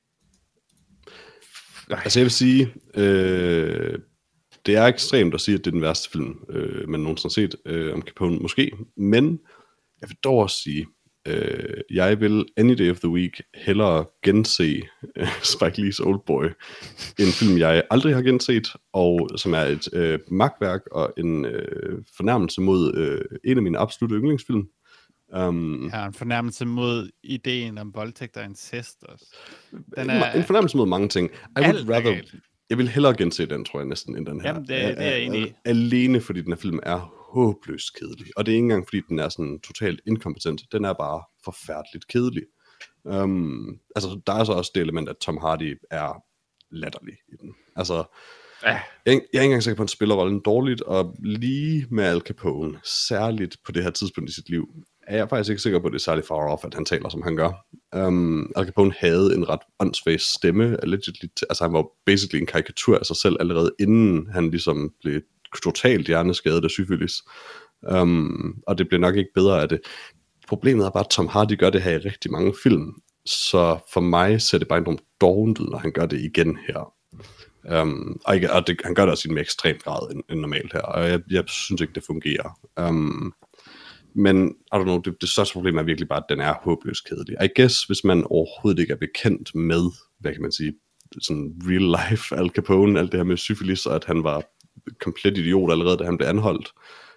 Nej. Altså jeg vil sige, øh, det er ekstremt at sige, at det er den værste film, øh, man nogensinde har set øh, om Capone, måske. Men jeg vil dog også sige, øh, jeg vil any day of the week hellere gense øh, Spike Lee's Oldboy, en film, jeg aldrig har genset, og som er et øh, magtværk og en øh, fornærmelse mod øh, en af mine absolutte yndlingsfilm. Um, ja, en fornærmelse mod ideen om voldtægt og incest også. Den er, en fornærmelse mod mange ting. I would rather, jeg vil hellere gense den, tror jeg næsten, end den her. Jamen, det, det er jeg enig i. Alene fordi den her film er håbløst kedelig. Og det er ikke engang fordi den er sådan totalt inkompetent. Den er bare forfærdeligt kedelig. Um, altså, der er så også det element, at Tom Hardy er latterlig i den. Altså, Ja. Jeg, jeg er ikke engang sikker på, at han spiller rollen dårligt, og lige med Al Capone, særligt på det her tidspunkt i sit liv, er jeg faktisk ikke sikker på, at det er særlig far off, at han taler, som han gør. Um, Al Capone havde en ret åndssvag stemme, allegedly, altså han var basically en karikatur af sig selv, allerede inden han ligesom blev totalt hjerneskadet af syfilis. Um, og det blev nok ikke bedre af det. Problemet er bare, at Tom Hardy gør det her i rigtig mange film, så for mig ser det bare enormt dårligt ud, når han gør det igen her. Um, og ikke, og det, han gør det også i en mere ekstrem grad end, end normalt her, og jeg, jeg synes ikke, det fungerer. Um, Men, I don't know, det, det største problem er virkelig bare, at den er håbløst kedelig. I guess, hvis man overhovedet ikke er bekendt med, hvad kan man sige, sådan real life Al Capone, alt det her med syfilis, og at han var komplet idiot allerede, da han blev anholdt,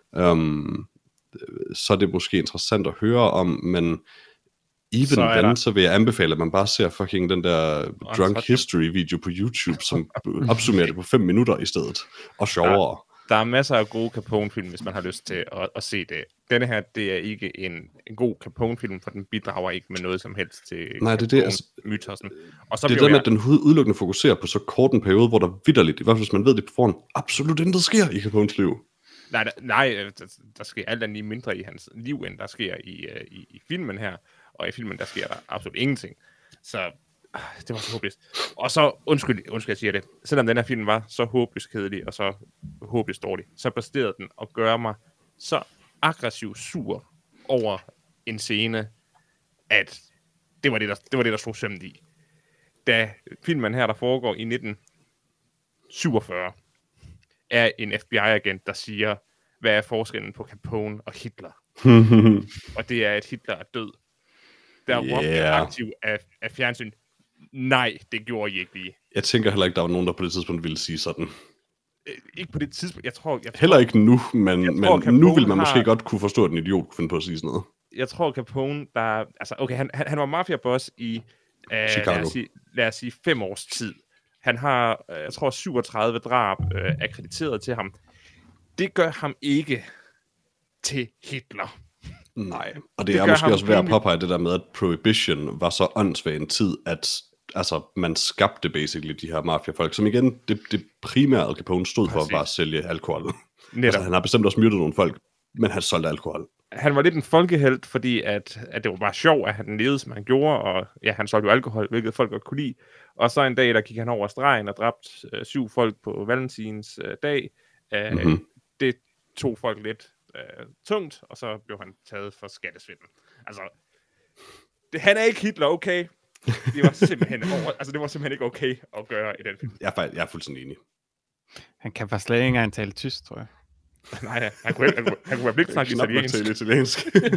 um, så er det måske interessant at høre om, men even så then, der... så vil jeg anbefale, at man bare ser fucking den der oh, drunk history video på YouTube, som opsummerer det på fem minutter i stedet, og sjovere. Der, der er masser af gode Capone-film, hvis man har lyst til at, at se det. Denne her, det er ikke en, en god Capone-film, for den bidrager ikke med noget som helst til Nej, det er det, altså, mytosen. Og så det er det med, jeg... at den udelukkende fokuserer på så kort en periode, hvor der vitterligt, i hvert fald hvis man ved det på forhånd, absolut intet sker i Capones liv. Nej, der, nej der, der sker alt andet lige mindre i hans liv, end der sker i, uh, i, i filmen her. Og i filmen, der sker der absolut ingenting. Så øh, det var så håbløst. Og så, undskyld, undskyld, jeg siger det. Selvom den her film var så håbløst kedelig, og så håbløst dårlig, så præsterede den at gøre mig så aggressivt sur over en scene, at det var det, der, det var det, der slog sømmen i. Da filmen her, der foregår i nitten syvogfyrre, er en F B I-agent, der siger, hvad er forskellen på Capone og Hitler? Og det er, at Hitler er død. Der var yeah. aktiv af, af fjernsyn. Nej, det gjorde I ikke lige. Jeg tænker heller ikke, der var nogen, der på det tidspunkt ville sige sådan. Øh, ikke på det tidspunkt. Jeg tror, jeg tror, heller ikke nu, men, tror, men nu vil man har... måske godt kunne forstå, at en idiot kunne finde på at sige sådan noget. Jeg tror, Capone, der... Altså, okay, han, han, han var mafia-boss i... Øh, Chicago. Lad os, sige, lad os sige fem års tid. Han har, øh, jeg tror, syvogtredive drab øh, akkrediteret til ham. Det gør ham ikke til Hitler. Nej, og det, det er måske også værd at påpege det der med, at Prohibition var så åndssvag en tid, at altså, man skabte basically de her mafiafolk, som igen, det, det primære Al Capone stod Præcis. for, var at sælge alkohol. Altså, han har bestemt også myrdet nogle folk, men han solgte alkohol. Han var lidt en folkehelt, fordi at, at det var bare sjovt, at han levede, som han gjorde, og ja, han solgte jo alkohol, hvilket folk godt kunne lide. Og så en dag, der gik han over stregen og dræbte øh, syv folk på Valentins øh, dag. Øh, mm-hmm. Det tog folk lidt øh, tungt, og så blev han taget for skattesvindel. Altså, det, han er ikke Hitler, okay? Det var simpelthen over, altså det var simpelthen ikke okay at gøre i den film. Jeg er, jeg er fuldstændig enig. Han kan faktisk slet ikke engang tale tysk, tror jeg. Nej, han kunne, han kunne, han kunne være blik snakke italiensk. Han italiensk.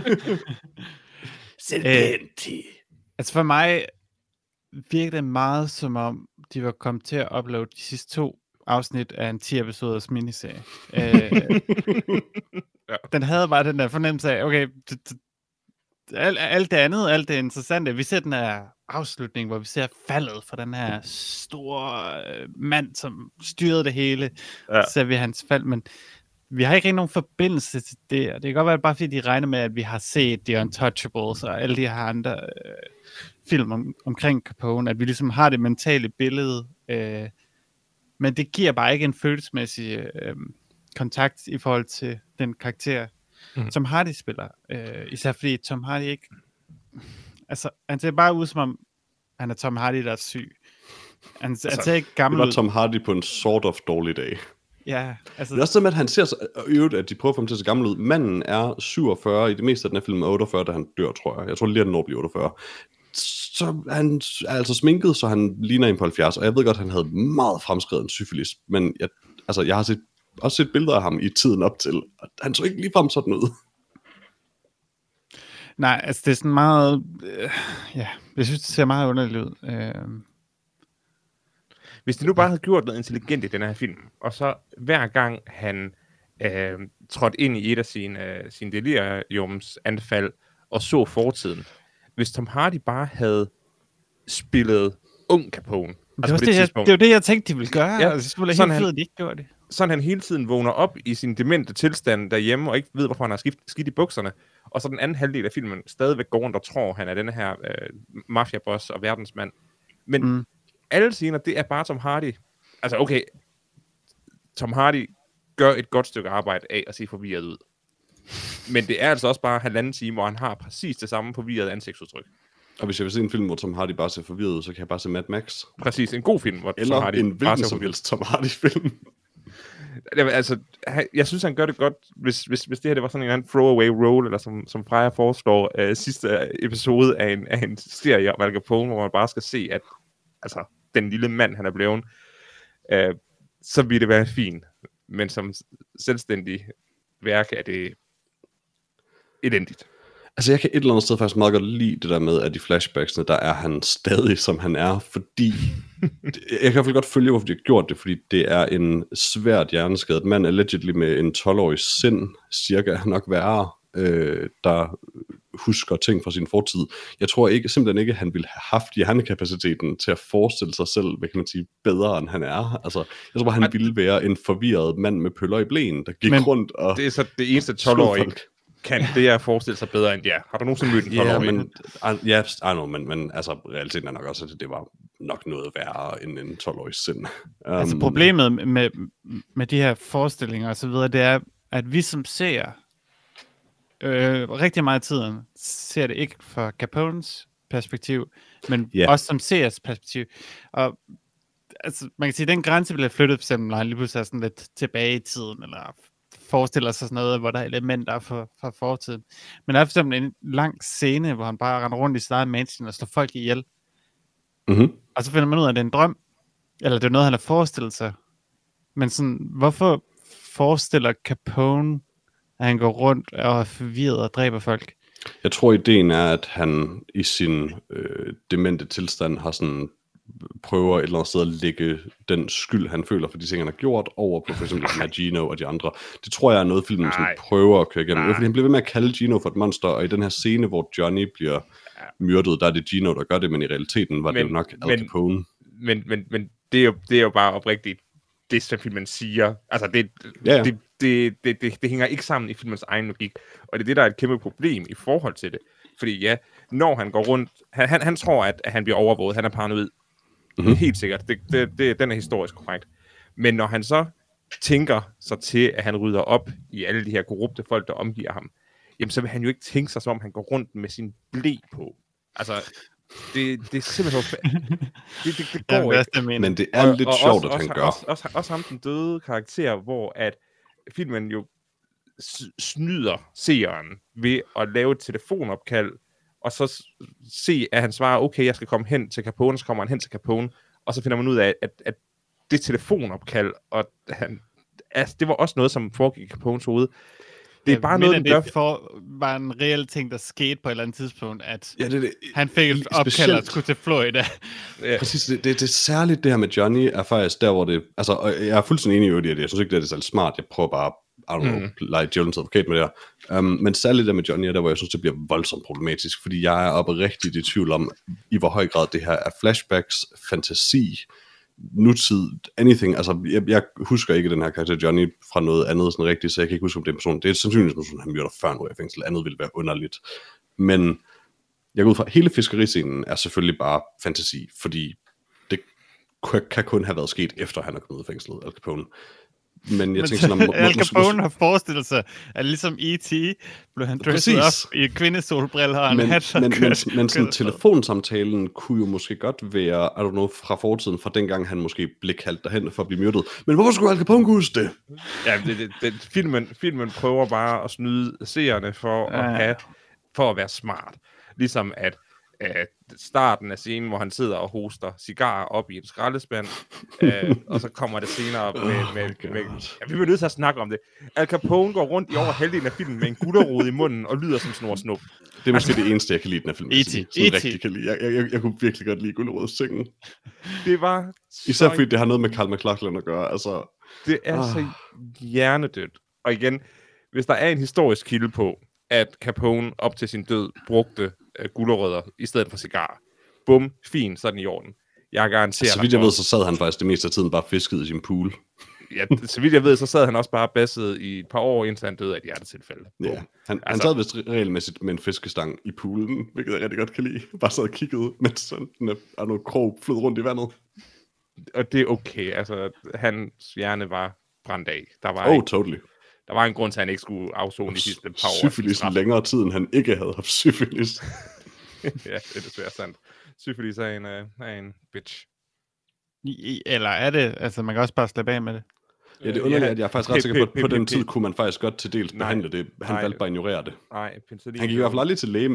Serpenti. Øh, altså for mig virkede det meget som om, de var kommet til at uploade de sidste to afsnit af en ti episoders miniserie. øh, ja. Den havde bare den der fornemmelse af, okay, d- d- alt, alt det andet, alt det interessante, vi ser den her afslutning, hvor vi ser faldet fra den her store øh, mand, som styrede det hele, ja. Så ser vi hans fald, men vi har ikke rigtig nogen forbindelse til det, og det kan godt være bare fordi de regner med, at vi har set The Untouchables og alle de her andre øh, film om, omkring Capone, at vi ligesom har det mentale billede, øh, men det giver bare ikke en følelsesmæssig øh, kontakt i forhold til den karakter, mm. Tom Hardy spiller. Øh, især fordi Tom Hardy ikke... Altså, han ser bare ud som om, han er Tom Hardy, der er syg. Han, altså, han ser ikke gammel ud. Det var Tom Hardy på en sort of dårlig dag. Ja, altså... Det er også det med, at han ser så... I øvrigt, at de prøver at få ham til at se gammel ud. Manden er syvogfyrre, i det meste af den her film er otteogfyrre, da han dør, tror jeg. Jeg tror lige, at han når at blive otteogfyrre. Så han er altså sminket, så han ligner en på halvfjerds, og jeg ved godt, at han havde meget fremskreden syfilis, men jeg, altså, jeg har set, også set billeder af ham i tiden op til, og han så ikke ligefrem sådan ud. Nej, altså det er sådan meget, øh, ja, jeg synes, det ser meget underligt ud. Øh... Hvis de nu bare havde gjort noget intelligent i den her film, og så hver gang han øh, trådte ind i et af sine, øh, sine deliriumsanfald og så fortiden, hvis Tom Hardy bare havde spillet ung Capone. Det, altså det, det, jeg, det var det, jeg tænkte, de ville gøre. Ja, altså, det sådan, helt han, fedt, de ikke gjorde det. Sådan han hele tiden vågner op i sin demente tilstand derhjemme, og ikke ved, hvorfor han har skidt, skidt i bukserne. Og så den anden halvdel af filmen stadigvæk går rundt og tror, han er denne her øh, mafia-boss og verdensmand. Men mm. alle scener, det er bare Tom Hardy. Altså okay, Tom Hardy gør et godt stykke arbejde af at se forvirret ud. Men det er altså også bare halvanden time, hvor han har præcis det samme forvirrede ansigtsudtryk. Og hvis jeg vil se en film, hvor Tom Hardy bare ser forvirret ud, så kan jeg bare se Mad Max. Præcis, en god film, hvor Eller Tom Hardy en hvilken som helst Tom Hardy-film. Altså, jeg synes, han gør det godt, hvis, hvis, hvis det her det var sådan en eller anden throwaway role, eller som, som Freja foreslår, øh, sidste episode af en, af en serie om Al Capone, hvor man bare skal se, at altså, den lille mand, han er blevet, øh, så vil det være fint. Men som selvstændig værk er det elendigt. Altså, jeg kan et eller andet sted faktisk meget godt lide det der med, at i flashbacksene, der er han stadig, som han er, fordi... jeg kan i hvert fald godt følge, hvorfor de har gjort det, fordi det er en svært hjerneskadet mand, allegedly med en tolv-årig sind, cirka nok værre, øh, der husker ting fra sin fortid. Jeg tror ikke, simpelthen ikke, at han ville have haft hjernekapaciteten til at forestille sig selv, hvad kan man sige, bedre end han er. Altså, jeg tror bare, han ville være en forvirret mand med pøller i blæen, der gik Men rundt og... det er så det eneste tolv-årige kan det er forestille sig bedre end ja. Har du nogensinde mødt en tolv-årig? Ja, men, ja, yes, I know, men, men altså, realiteten er nok også, at det var nok noget værre end en tolv-årig sind. Um, altså problemet med, med de her forestillinger og så videre, det er, at vi som ser øh, rigtig meget af tiden, ser det ikke fra Capones perspektiv, men yeah. også som seers perspektiv. Og altså, man kan sige, at den grænse bliver flyttet, for eksempel, når han lige pludselig er sådan lidt tilbage i tiden, eller forestiller sig sådan noget, hvor der er elementer fra, fra fortiden. Men der er for eksempel en lang scene, hvor han bare render rundt i sit eget mansion og slår folk ihjel. Mm-hmm. Og så finder man ud af, at det er en drøm, eller det er noget, han har forestillet sig. Men sådan, hvorfor forestiller Capone, at han går rundt og er forvirret og dræber folk? Jeg tror, ideen er, at han i sin øh, demente tilstand har sådan prøver et eller andet sted at lægge den skyld, han føler for de ting, han har gjort, over på for eksempel Gino og de andre. Det tror jeg er noget, filmen sådan prøver at køre igennem. Fordi han bliver ved med at kalde Gino for et monster, og i den her scene, hvor Johnny bliver myrdet, der er det Gino, der gør det, men i realiteten var men, det jo nok Al Capone. Men, men, men det, er jo, det er jo bare oprigtigt det, som filmen siger. Altså, det, ja, ja. Det, det, det, det, det hænger ikke sammen i filmens egen logik. Og det er det, der er et kæmpe problem i forhold til det. Fordi ja, når han går rundt, han, han, han tror, at, at han bliver overvåget, han er paranoid. Mm-hmm. Helt sikkert. Det, det, det, den er historisk korrekt. Men når han så tænker sig til, at han rydder op i alle de her korrupte folk, der omgiver ham, jamen så vil han jo ikke tænke sig, som om han går rundt med sin ble på. Altså, det, det er simpelthen så det, det, det går ja, ikke. Men det er og, lidt og sjovt, også, at han også, gør. Også, også, også ham den døde karakter, hvor at filmen jo snyder seeren ved at lave et telefonopkald, og så se, at han svarer, okay, jeg skal komme hen til Capone, så kommer han hen til Capone, og så finder man ud af, at, at det telefonopkald, og han, altså, det var også noget, som foregik i Capones hoved. Det er ja, bare noget, den gør... det for, var en reel ting, der skete på et eller andet tidspunkt, at ja, det, det, han fik et opkald og skulle til Florida. Ja. Præcis, det, det, det er særligt det her med Johnny, er faktisk der, hvor det... Altså, og jeg er fuldstændig enig i det, jeg synes ikke, det er det særlig smart, jeg prøver bare I don't know, mm. lege djævelens advokat med det her. Um, men særligt der med Johnny er der, hvor jeg synes, det bliver voldsomt problematisk, fordi jeg er oprigtigt i tvivl om, i hvor høj grad det her er flashbacks, fantasi, nutid, anything. Altså, jeg, jeg husker ikke den her karakter Johnny fra noget andet sådan rigtigt, så jeg kan ikke huske, om det er en person. Det er sandsynligvis en person, han myrder før nu i fængsel. Andet ville være underligt. Men jeg går ud fra, hele fiskeriscenen er selvfølgelig bare fantasi, fordi det kan kun have været sket, efter han er kommet ud af fængslet, Al Capone. Men jeg tænker sådan, om... Al Capone har forestillet sig, at ligesom E T blev han dresset op i kvindesolbriller og en men, hat. Men, men, men sådan telefonsamtalen kunne jo måske godt være, I don't know, fra fortiden, fra dengang han måske blev kaldt derhen for at blive myrdet. Men hvorfor skulle Al Capone kunne huske det? Ja, det, det, det, filmen, filmen prøver bare at snyde seerne for, ja. at, have, for at være smart. Ligesom at Uh, starten af scenen, hvor han sidder og hoster cigarer op i en skraldespand, uh, og så kommer det senere med, oh med, med, med ja, vi bliver nødt til at snakke om det. Al Capone går rundt i over halvdelen af filmen med en gutterode i munden og lyder som Snor Snup. Det er måske altså, det eneste, jeg kan lide den her film. E T Sådan rigtig kan lide. Jeg, jeg, jeg, jeg kunne virkelig godt lide Gullerode synge. Det var især fordi det har noget med Carl McLachlan at gøre. Altså, det er oh. så hjernedødt. Og igen, hvis der er en historisk kilde på, at Capone op til sin død brugte uh, gulerødder i stedet for cigarer. Bum, fint, så er den i orden. Jeg garanterer altså, så vidt jeg ved, så sad han faktisk det meste af tiden bare fisket i sin pool. Ja, så vidt jeg ved, så sad han også bare basset i et par år, indtil han døde af et hjertetilfælde. Ja, han, altså, han sad vist regelmæssigt med en fiskestang i poolen, hvilket jeg rigtig godt kan lide. Bare sad og kiggede, mens sådan er noget krog flød rundt i vandet. Og det er okay, altså hans hjerne var brændt af. Der var oh, ikke... totally. Der var en grund til, at han ikke skulle afzone de sidste par år. Syfilis længere tid, end han ikke havde haft syfilis. Ja, det er desværre sandt. Syfilis er en, uh, er en bitch. I, eller er det? Altså, man kan også bare slippe af med det. Ja, det er underligt, at jeg er faktisk ret sikker på, at på den tid kunne man faktisk godt til dels behandle det. Han valgte bare at ignorere det. Nej, penicillin. Han gik i hvert fald aldrig til læge med det.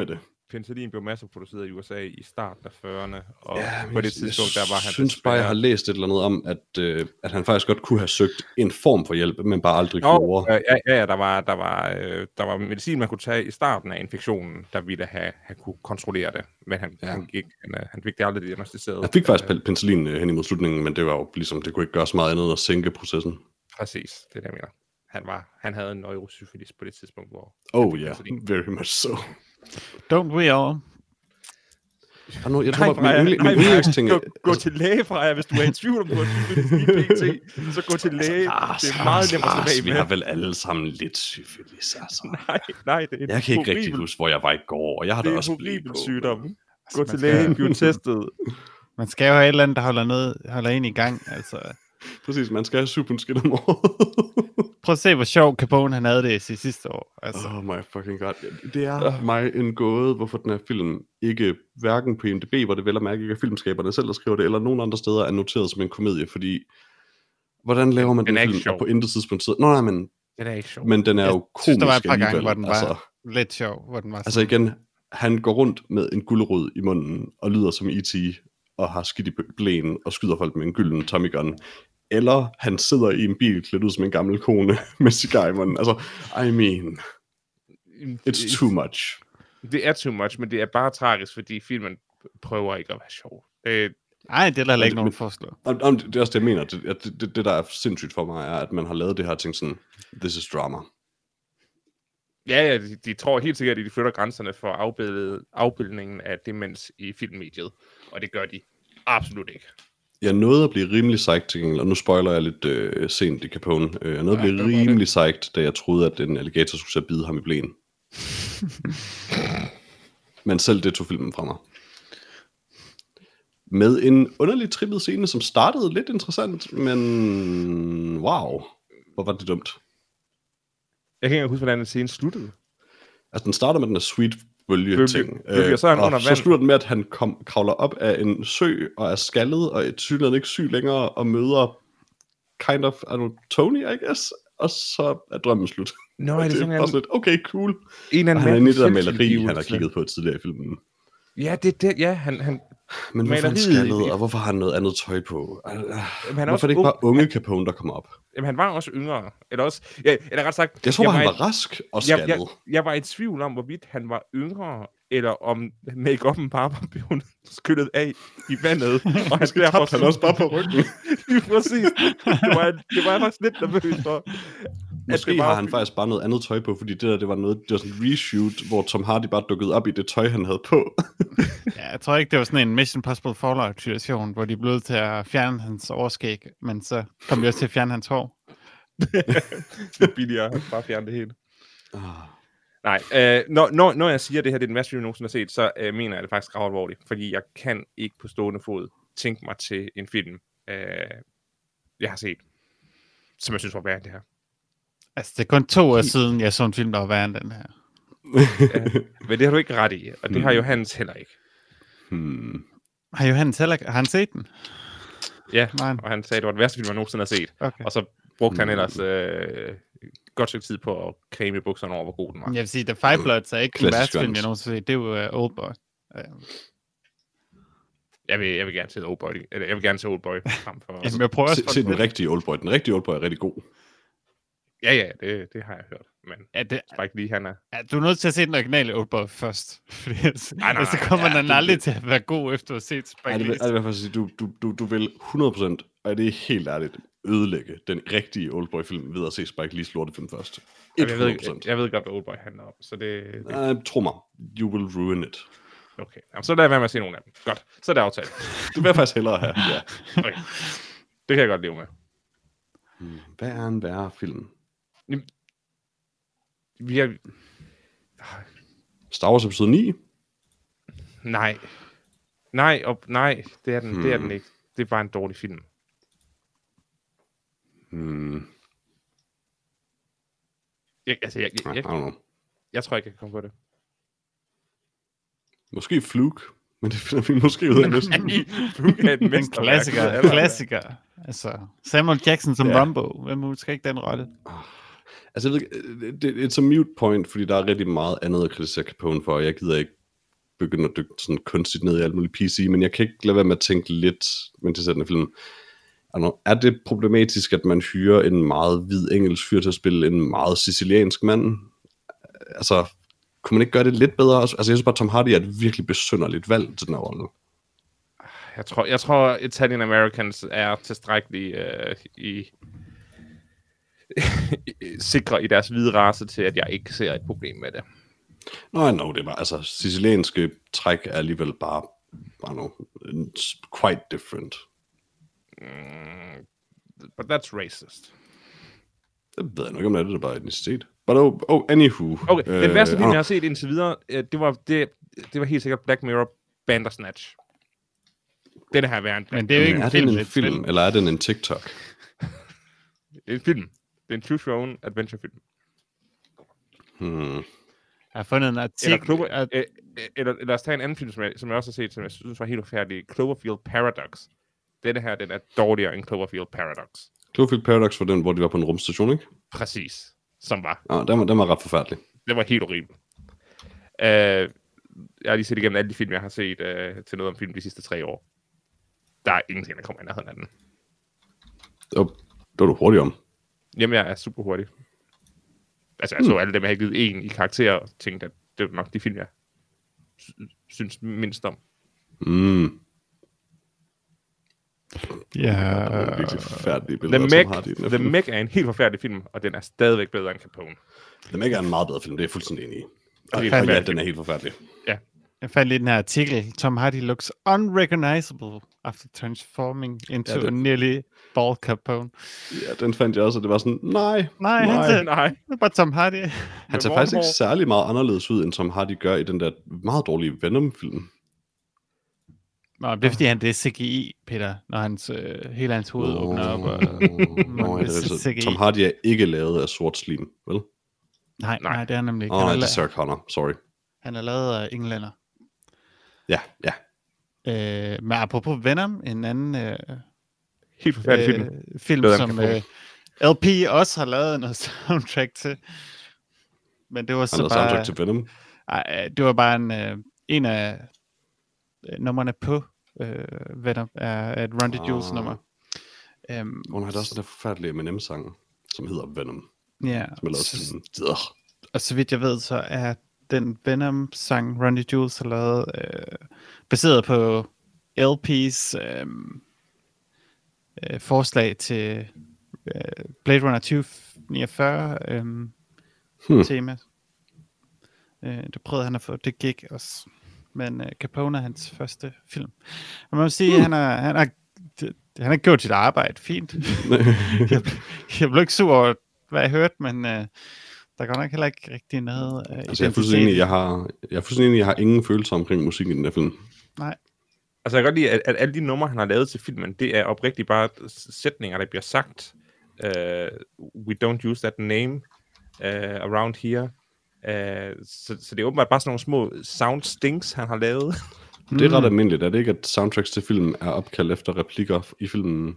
penicillin blev masseproduceret i U S A i starten af fyrrerne, og ja, på det tidspunkt, der var han... Jeg synes bare, jeg har læst et eller andet om, at, øh, at han faktisk godt kunne have søgt en form for hjælp, men bare aldrig Nå, gjorde. Ja, ja, der var, der, var, øh, der var medicin, man kunne tage i starten af infektionen, der ville have, have kunne kontrollere det, men han, ja. han, gik, han, han fik det aldrig diagnosticeret. Han fik faktisk øh, penicillin øh, hen imod slutningen, men det var jo ligesom, det kunne ikke gøre så meget andet end at sænke processen. Præcis, det er det, jeg mener. Han, var, han havde en neurosyfilis på det tidspunkt, hvor... Oh ja, yeah, very much so. Don't we all? Og nu, jeg tror, nej, min yndlingsting... Gå, gå til læge, Freja, hvis du er i tvivl om, du har syfilis i P T, så gå til læge. Ars, det er meget ars, nemt at ars, tilbage med. Vi har vel alle sammen lidt syfilis, altså. Nej, nej, det er Jeg kan ikke rigtig huske, hvor jeg var i går, og jeg har da også blivet på. Det er en horribel sygdom. Gå Altså, til læge, bliv testet. Man skal jo have et eller andet, der holder, noget, holder en i gang, altså... Præcis, man skal have syv pund skidt om året. Prøv at se, hvor sjov Capone han havde det i sidste år. Altså. Oh my fucking god. Det er uh. mig en gåde, hvorfor den her film ikke, hverken på I M D B, hvor det vel at mærke ikke er filmskaberne selv, der skriver det, eller nogen andre steder er noteret som en komedie, fordi hvordan laver man den, den film, og på intet tidspunkt sidder... Nå nej, men... Den er ikke sjov. Men den er jo komisk synes, der var et par gange, hvor den var altså, lidt sjov. Hvor den var altså igen, han går rundt med en gulerod i munden, og lyder som E T, og har skidt i blæen, og skyder folk med en gylden Tommy gun. Eller han sidder i en bil klædt ud som en gammel kone med cigar i munden. Altså, I mean, it's too much. Det er too much, men det er bare tragisk, fordi filmen prøver ikke at være sjov. Det... Nej, det er der heller ikke nogen forslag. Det er også det, jeg mener. Det, det, det, det, der er sindssygt for mig, er, at man har lavet det her ting sådan, this is drama. Ja, ja, de, de tror helt sikkert, at de flytter grænserne for afbildningen af demens i filmmediet, og det gør de absolut ikke. Jeg nåede at blive rimelig psyched til gengæld, og nu spoiler jeg lidt øh, sent i Capone. Jeg nåede at blive ja, rimelig psyched, da jeg troede, at en alligator skulle bide ham i blæen. Men selv det tog filmen fra mig. Med en underlig trippet scene, som startede lidt interessant, men wow, hvor var det dumt. Jeg kan ikke huske, hvordan den scene sluttede. Altså, den starter med den her sweet bølge-ting, bølge, så, øh, og så slutter den med, at han kom, kravler op af en sø, og er skaldet, og er tydeligvis ikke syg længere, og møder kind of, I don't, Tony, I guess, og så er drømmen slut. Nå, er det, det sådan er også lidt, okay, cool. En og han er inde i det der maleri, han har kigget på tidligere i filmen. Ja, det det, ja, han... han Men hvorfor er han skaldet, og hvorfor har han noget andet tøj på? Jamen, han hvorfor er det ikke bare unge Capone, der kommer op? Jamen, han var også yngre. Eller også, ja, eller ret sagt... Jeg tror jeg var, han var rask og skaldet. Jeg, jeg, jeg var i tvivl om, hvorvidt han var yngre, eller om make-up'en bare var blevet skyllet af i vandet. Og han derfor han også bare på ryggen. Præcis. Det var, det var jeg faktisk lidt nervøs for. Måske har han faktisk bare noget andet tøj på, fordi det der, det var noget, det var sådan en reshoot, hvor Tom Hardy bare dukkede op i det tøj, han havde på. Ja, jeg tror ikke, det var sådan en Mission Impossible Fallout-situation, hvor de blev nødt til at fjerne hans overskæg, men så kom de også til at fjerne hans hår. Det er billigere at bare fjerne det hele. Oh. Nej, øh, når, når, når jeg siger, at det her det er den værste film, jeg nogensinde har set, så øh, mener jeg det faktisk ret alvorligt, fordi jeg kan ikke på stående fod tænke mig til en film, øh, jeg har set, som jeg synes var værre end det her. Altså, det er kun to år siden, jeg så en film, der var værre end den her. Ja, men det har du ikke ret i, og det har Johannes heller ikke. Hmm. Har Johannes heller ikke? Har han set den? Ja, Nej. Og han sagde, at det var den værste film, jeg nogensinde har set. Okay. Og så brugte han ellers øh, godt stykke tid på at creme bukserne over, hvor god den var. Jeg vil sige, The Five Bloods er ikke den værste film, jeg nogensinde har set. Det er jo uh, Oldboy. Uh. Jeg vil, jeg vil gerne se Oldboy. Eller jeg vil gerne se Oldboy frem for... Jamen, jeg prøver også se, se den rigtige Oldboy. Den rigtige Oldboy er rigtig god. Ja, ja, det, det har jeg hørt. Men ja, det er ikke lige, han er... Ja, du er nødt til at se den originale Oldboy først. Fordi ellers, nej, nej, så kommer ja, den aldrig det, til at være god, efter at have set Spike Lee. Jeg vil faktisk sige, du, du, du, du vil hundrede procent, og det er helt ærligt, ødelægge den rigtige Oldboy-film ved at se Spike Lees lortefilm først. Jeg ved, jeg, jeg ved godt, hvad Oldboy handler om, så det... det... Uh, tro mig, you will ruin it. Okay, jamen, så lader jeg være med at se nogle af dem. Godt, så er det aftalt. Du vil faktisk hellere have, ja. Okay. Det kan jeg godt leve med. Hmm. Hvad er en værre film? Jamen, vi har... Star Wars episode ni? Nej. Nej, og nej, det er den, hmm. det er den ikke. Det er bare en dårlig film. Hmm. Jeg, altså, jeg, jeg, jeg, jeg, jeg tror ikke, jeg kan komme på det. Måske Fluke, men det finder vi måske ud af næsten. Fluke er et mesterværk. Klassiker, klassiker. Altså, Samuel Jackson som ja. Rambo. Hvem husker ikke den rolle? Altså, jeg ved ikke, det er et mute point, fordi der er rigtig meget andet at kritisere Capone for, og jeg gider ikke begynde at dykke sådan kunstigt ned i alt muligt P C, men jeg kan ikke lade være med at tænke lidt, mens jeg ser den film. Er det problematisk, at man hyrer en meget hvid engelsk fyr til at spille en meget siciliansk mand? Altså, kunne man ikke gøre det lidt bedre? Altså, jeg synes bare, Tom Hardy er et virkelig besynderligt valg til den her rolle. Jeg tror, jeg tror Italian Americans er tilstrækkeligt øh, i sikre i deres hvide race til, at jeg ikke ser et problem med det. Nej, no, det var altså sicilianske træk er alligevel bare, bare no, quite different. Mm, but that's racist. Det ved jeg nok, om det er det, der bare er etnicitet. But oh, oh anywho. Okay, uh, den værste film, uh, jeg har set indtil videre, det var, det, det var helt sikkert Black Mirror Bandersnatch. Den her værende. Men det er jo ikke er en film. Det en film, eller er den en TikTok? Det er en film. Det er en true shown adventure film. Hmm. Jeg har fundet en artikel. Eller, Clover, at... eller, eller lad os tage en anden film, som jeg, som jeg også har set, som jeg synes var helt ufærdig. Cloverfield Paradox. Denne her, den er dårligere end Cloverfield Paradox. Cloverfield Paradox var den, hvor de var på en rumstation, ikke? Præcis. Som var. Ja, den var, den var ret forfærdelig. Det var helt horribelt. Uh, jeg har lige set igennem alle de film, jeg har set uh, til noget om film de sidste tre år. Der er ingenting, der kommer i nærheden af den. Det var, det var du hurtig om. Jamen, jeg er super hurtig. Altså, jeg så mm. alle dem, jeg havde givet en i karakter, og tænkte, at det var nok de film, jeg synes mindst om. Mm. Ja. Der er virkelig forfærdelige billeder, The Meg, som har de The Meg er en helt forfærdelig film, og den er stadigvæk bedre end Capone. The Meg er en meget bedre film, det er jeg fuldstændig enig i. Og Okay, ja, den er helt forfærdelig. Ja. Jeg fandt lige den her artikel. Tom Hardy looks unrecognizable after transforming into ja, den... a nearly bald Capone. Ja, den fandt jeg også, og det var sådan, nej, nej, nej. Han ser, nej. Det er bare Tom Hardy. Han ser faktisk ikke særlig meget anderledes ud, end Tom Hardy gør i den der meget dårlige Venom-film. Nå, det er fordi, han det er C G I, Peter, når hans, øh, hele hans hoved oh, åbner op. Og, oh, det er det. Tom Hardy er ikke lavet af sort slim, vel? Nej, nej, nej det er nemlig ikke. Åh, oh, nej, det er Sarah Connor, sorry. Han er lavet af englænder. Ja, ja. Øh, men apropos Venom, en anden øh, helt forfærdelig film, øh, film som øh, L P også har lavet noget soundtrack til. Men det var så bare... soundtrack til Venom? Ej, det var bare en, øh, en af øh, numrene på øh, Venom, er et Run the Jewels nummer. Um, Hun har da også den forfærdelige Eminem-sang, som hedder Venom. Ja. Som er lavet sådan... Og så vidt jeg ved, så er den Venom-sang, Run the Jewels, har lavet, øh, baseret på L P's øh, øh, forslag til øh, Blade Runner tyve niogfyrre øh, hmm. tema. Øh, det prøvede han at få, det gik også. Men øh, Capone er hans første film. Og man må sige, hmm. han har han har han har gjort sit arbejde fint. jeg, jeg blev ikke sur over, hvad jeg hørte, men øh, der går nok heller ikke rigtig noget øh, altså, jeg er fuldstændig enig, jeg har, jeg er fuldstændig enig, jeg har ingen følelser omkring musikken i den her film. Nej. Altså jeg kan godt lide, at, at alle de numre, han har lavet til filmen, det er oprigtigt bare sætninger, der bliver sagt. Uh, we don't use that name uh, around here. Uh, så, så det er åbenbart bare sådan nogle små sound stings, han har lavet. Det er ret almindeligt. Er det ikke, at soundtracks til filmen er opkaldt efter replikker i filmen?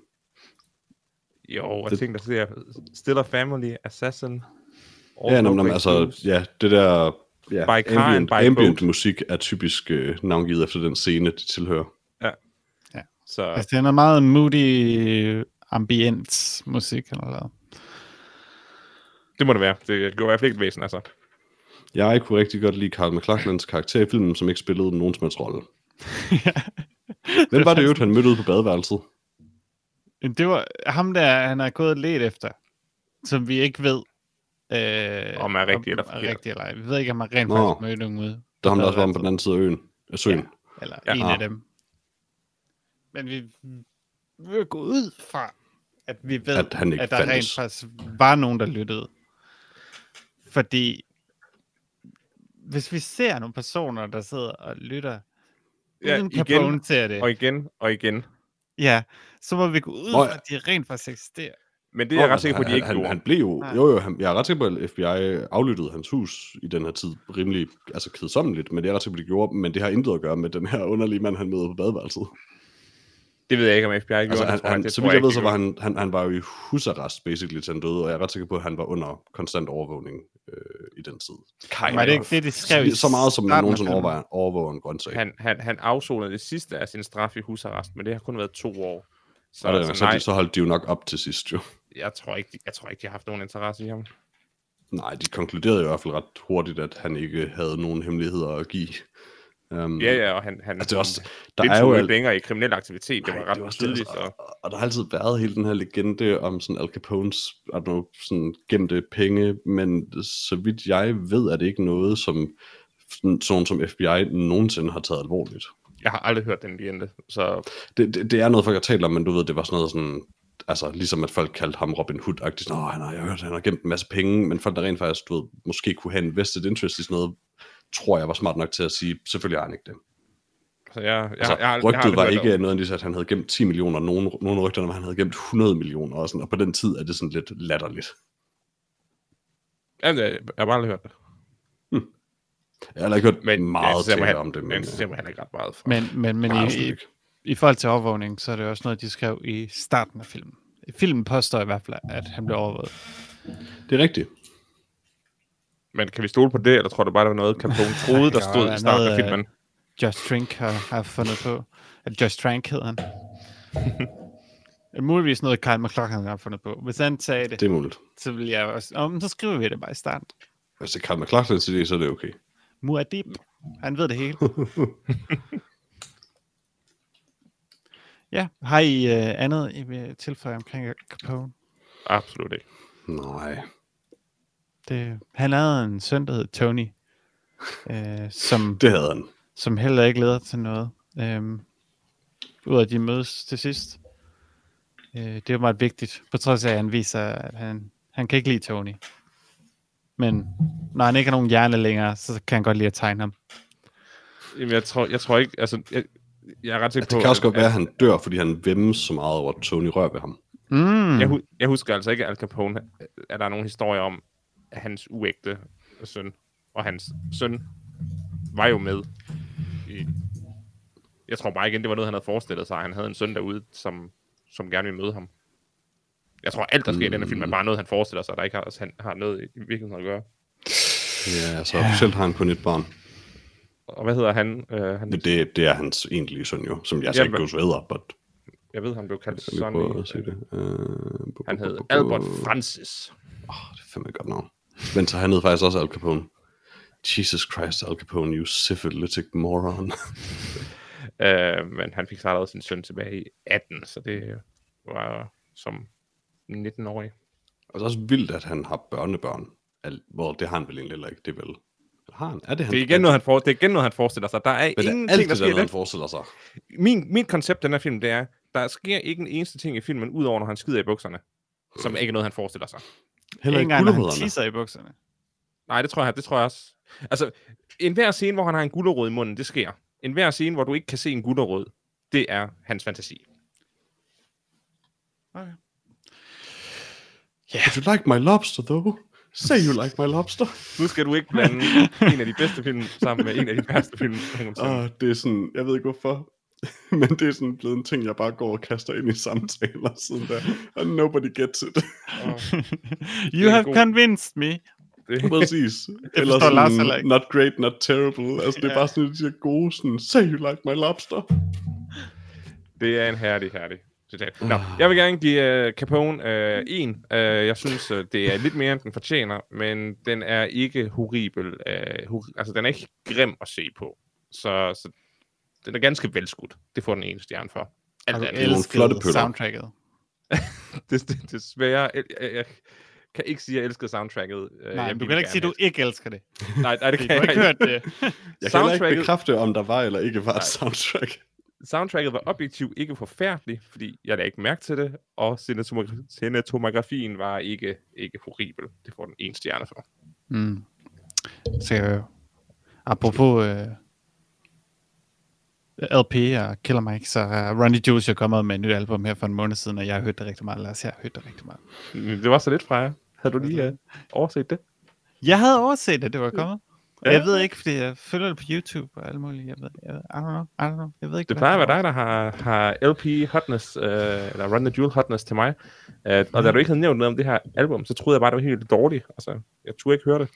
Jo, jeg det... tænker, der siger Still a Family, Assassin. Ja, nå, men altså, ja, det der ja, ambient, ambient musik er typisk øh, navngivet efter den scene, de tilhører. Ja. ja. Så... Altså, det er noget meget moody ambient musik, eller noget. Det må det være. Det går i hvert fald ikke et væsen, altså. Jeg kunne rigtig godt lide Carl McLachlans karakter i filmen, som ikke spillede nogen som helst rolle. Hvem var det jo, han mødte ud på badeværelset? Det var ham der, han har gået let efter, som vi ikke ved, Øh, om er rigtig eller forkert. Rigtig eller ej. Vi ved ikke, om man rent faktisk mødte nogen ude. Der har han også været på den anden side af øen. Af søen. Ja, eller ja. en ah. af dem. Men vi vil gå ud fra, at vi ved, at, han ikke at der fandtes. rent faktisk var nogen, der lyttede. Fordi hvis vi ser nogle personer, der sidder og lytter, ja, uden Capone til det. Og igen, og igen. Ja, så må vi gå ud fra, at de rent faktisk eksisterer. Men det er jeg ret sikker på, at de ikke han, gjorde. Han blev jo, jo, jo han, jeg er ret sikker på, at F B I aflyttede hans hus i den her tid rimelig, altså kedsommeligt, men det er ret sikker på, at de gjorde, men det har intet at gøre med den her underlige mand, han møder på badeværelset. Det ved jeg ikke, om F B I gjorde. Altså, han, det, han, det, så vidt jeg ved, så var han, han, han var jo i husarrest, basically, til han døde, og jeg er ret sikker på, at han var under konstant overvågning øh, i den tid. Kind var det ikke det, de skrev så, så meget, som man nogensinde overvåger, overvåger en grøntsag. Han, han, han afsonede det sidste af sin straf i husarrest, men det har kun været to år. Så, og det, så, så, nej, de, så holdt de jo nok op til sidst, jo. Jeg tror ikke, de, jeg tror ikke, de har haft nogen interesse i ham. Nej, de konkluderede i hvert fald ret hurtigt, at han ikke havde nogen hemmeligheder at give. Um, ja, ja, og han, han, altså det også, der han er jo ikke længere i kriminel aktivitet. Det var ret det tydeligt. Og, og, og der har altid været hele den her legende om sådan Al Capones know, sådan gemte penge, men så vidt jeg ved, er det ikke noget, som sådan, sådan som F B I nogensinde har taget alvorligt. Jeg har aldrig hørt den legende, så... Det, det, det er noget, folk har talt om, men du ved, det var sådan noget sådan... Altså, ligesom at folk kaldte ham Robin Hood-agtigt. Nå, han har, jeg har hørt, han har gemt en masse penge, men folk, der rent faktisk, du ved, måske kunne have en vested interest i sådan noget, tror jeg var smart nok til at sige, selvfølgelig har han ikke det. Så jeg, jeg, altså, jeg, jeg, rygtet jeg var ikke noget, de sagde, at han havde gemt ti millioner, nogle, nogle rygterne var, at han havde gemt hundrede millioner, og, sådan, og på den tid er det sådan lidt latterligt. Jamen, jeg, jeg har bare aldrig hørt det. Hmm. Jeg har aldrig hørt men, meget ja, tale om det. Men jeg ser mig heller ikke ret meget fra. Men, men, men i, i, i forhold til overvågning, så er det også noget, de skrev i starten af filmen. Filmen påstår i hvert fald, at han blev overvåget. Det er rigtigt. Men kan vi stole på det, eller tror du bare, der var noget, Capone troede, der stod i starten af filmen? Josh Trank har, har fundet på. At Josh Trank hedder han. Det er muligvis noget, Kyle MacLachlan har fundet på. Hvis han sagde det, det er muligt. Så vil jeg også... Oh, så skriver vi det bare i starten. Hvis det er Kyle MacLachlan til det, så er det okay. Muad'Dib. Han ved det hele. Ja, har I uh, andet, I vil tilføje omkring Capone? Absolut ikke. Nej. Det, han havde en søn, der hed Tony, øh, som, det havde han. Som heller ikke leder til noget. Øh, ud af de mødes til sidst. Øh, det er jo meget vigtigt, på trods af, at han viser, at han, han kan ikke lide Tony. Men når han ikke har nogen hjerne længere, så kan han godt lide at tegne ham. Jamen, jeg tror, jeg tror ikke, altså... Jeg, jeg er ret sikker på... Det kan også godt være, at han dør, fordi han vemmes så meget over, at Tony rører ved ham. Mm. Jeg, jeg husker altså ikke, at Al Capone, at der er nogen historier om, at hans uægte søn, og hans søn var jo med i... Jeg tror bare igen, det var noget, han havde forestillet sig. Han havde en søn derude, som, som gerne ville møde ham. Jeg tror, alt, der sker mm. i denne film, er bare noget, han forestiller sig, der ikke har, han har noget i virkeligheden at gøre. Ja, altså officielt har han kun et barn. Og hvad hedder han? Uh, han... Det, det er hans egentlige søn jo, som jeg så ikke så hedder, but... Jeg ved, han blev kaldt Sonny. Uh, han hed Albert Francis. Åh, oh, det er fandme et godt navn. Men så han hed faktisk også Al Capone. Jesus Christ, Al Capone, you syphilitic moron. uh, men han fik så allerede sin søn tilbage i atten, så det var som nitten-årig. Og det er også vildt, at han har børnebørn. Hvor det har han vel egentlig heller ikke, det er vel... Har han? Er det, han det, er igen noget, han for, det er igen noget, han forestiller sig. Der er ingenting, der, der sker det, han forestiller sig. Min, min koncept den her film, det er, der sker ikke en eneste ting i filmen, udover når han skider i bukserne, som ikke er noget, han forestiller sig. Heller ikke engang, når han tisser i bukserne. Nej, det tror jeg, det tror jeg også. Altså, en hver scene, hvor han har en gulerod i munden, det sker. En hver scene, hvor du ikke kan se en gulerod, det er hans fantasi. Okay. Yeah. Would you like my lobster, though? Say you like my lobster. Nu skal du ikke blande en af de bedste film sammen med en af de værste film. Uh, det er sådan, jeg ved ikke hvorfor, men det er sådan blevet en ting, jeg bare går og kaster ind i samtaler siden der, and nobody gets it. Uh, you have god... convinced me. Det. Præcis. Eller sådan, not great, not terrible. Altså, det er yeah. bare sådan, de siger gode, sådan, say you like my lobster. Det er en herlig, herlig. Nå, jeg vil gerne give uh, Capone uh, en. Uh, jeg synes, uh, det er lidt mere, end den fortjener, men den er ikke horribel. Uh, hor- altså, den er ikke grim at se på. Så, så den er ganske velskudt. Det får den ene stjerne for. Alt er nogle flotte pøller. Soundtracket. det, det, desværre, jeg, jeg, jeg kan ikke sige, at jeg elsker soundtracket. Uh, Nej, du kan ikke sige, at du ikke elsker det. Nej, nej det kan jeg ikke. Du har ikke hørt det. Jeg kan ikke bekræfte, om der var eller ikke var et soundtrack. Soundtracket var objektivt ikke forfærdelig, fordi jeg lagde ikke mærke til det, og cinematografien var ikke, ikke horribel. Det får den en stjerne for. Mm. Så øh, apropos øh, L P og Killer Mike, så er Ronnie Juice jo kommet med et nyt album her for en måned siden, og jeg har hørt det rigtig meget. Lars, jeg har hørt det rigtig meget. Det var så lidt fra jer. Havde du lige øh, overset det? Jeg havde overset det, det var kommet. Ja. Jeg ved ikke, fordi jeg følger det på YouTube og alt muligt. Jeg ved, jeg ved, I don't know, I don't know. Jeg ved ikke, det plejer at være dig, der har, har L P Hotness, øh, eller Run the Jewel Hotness til mig. Uh, og da du ikke havde nævnt noget om det her album, så troede jeg bare, det var helt dårligt. Altså, jeg turde ikke høre det.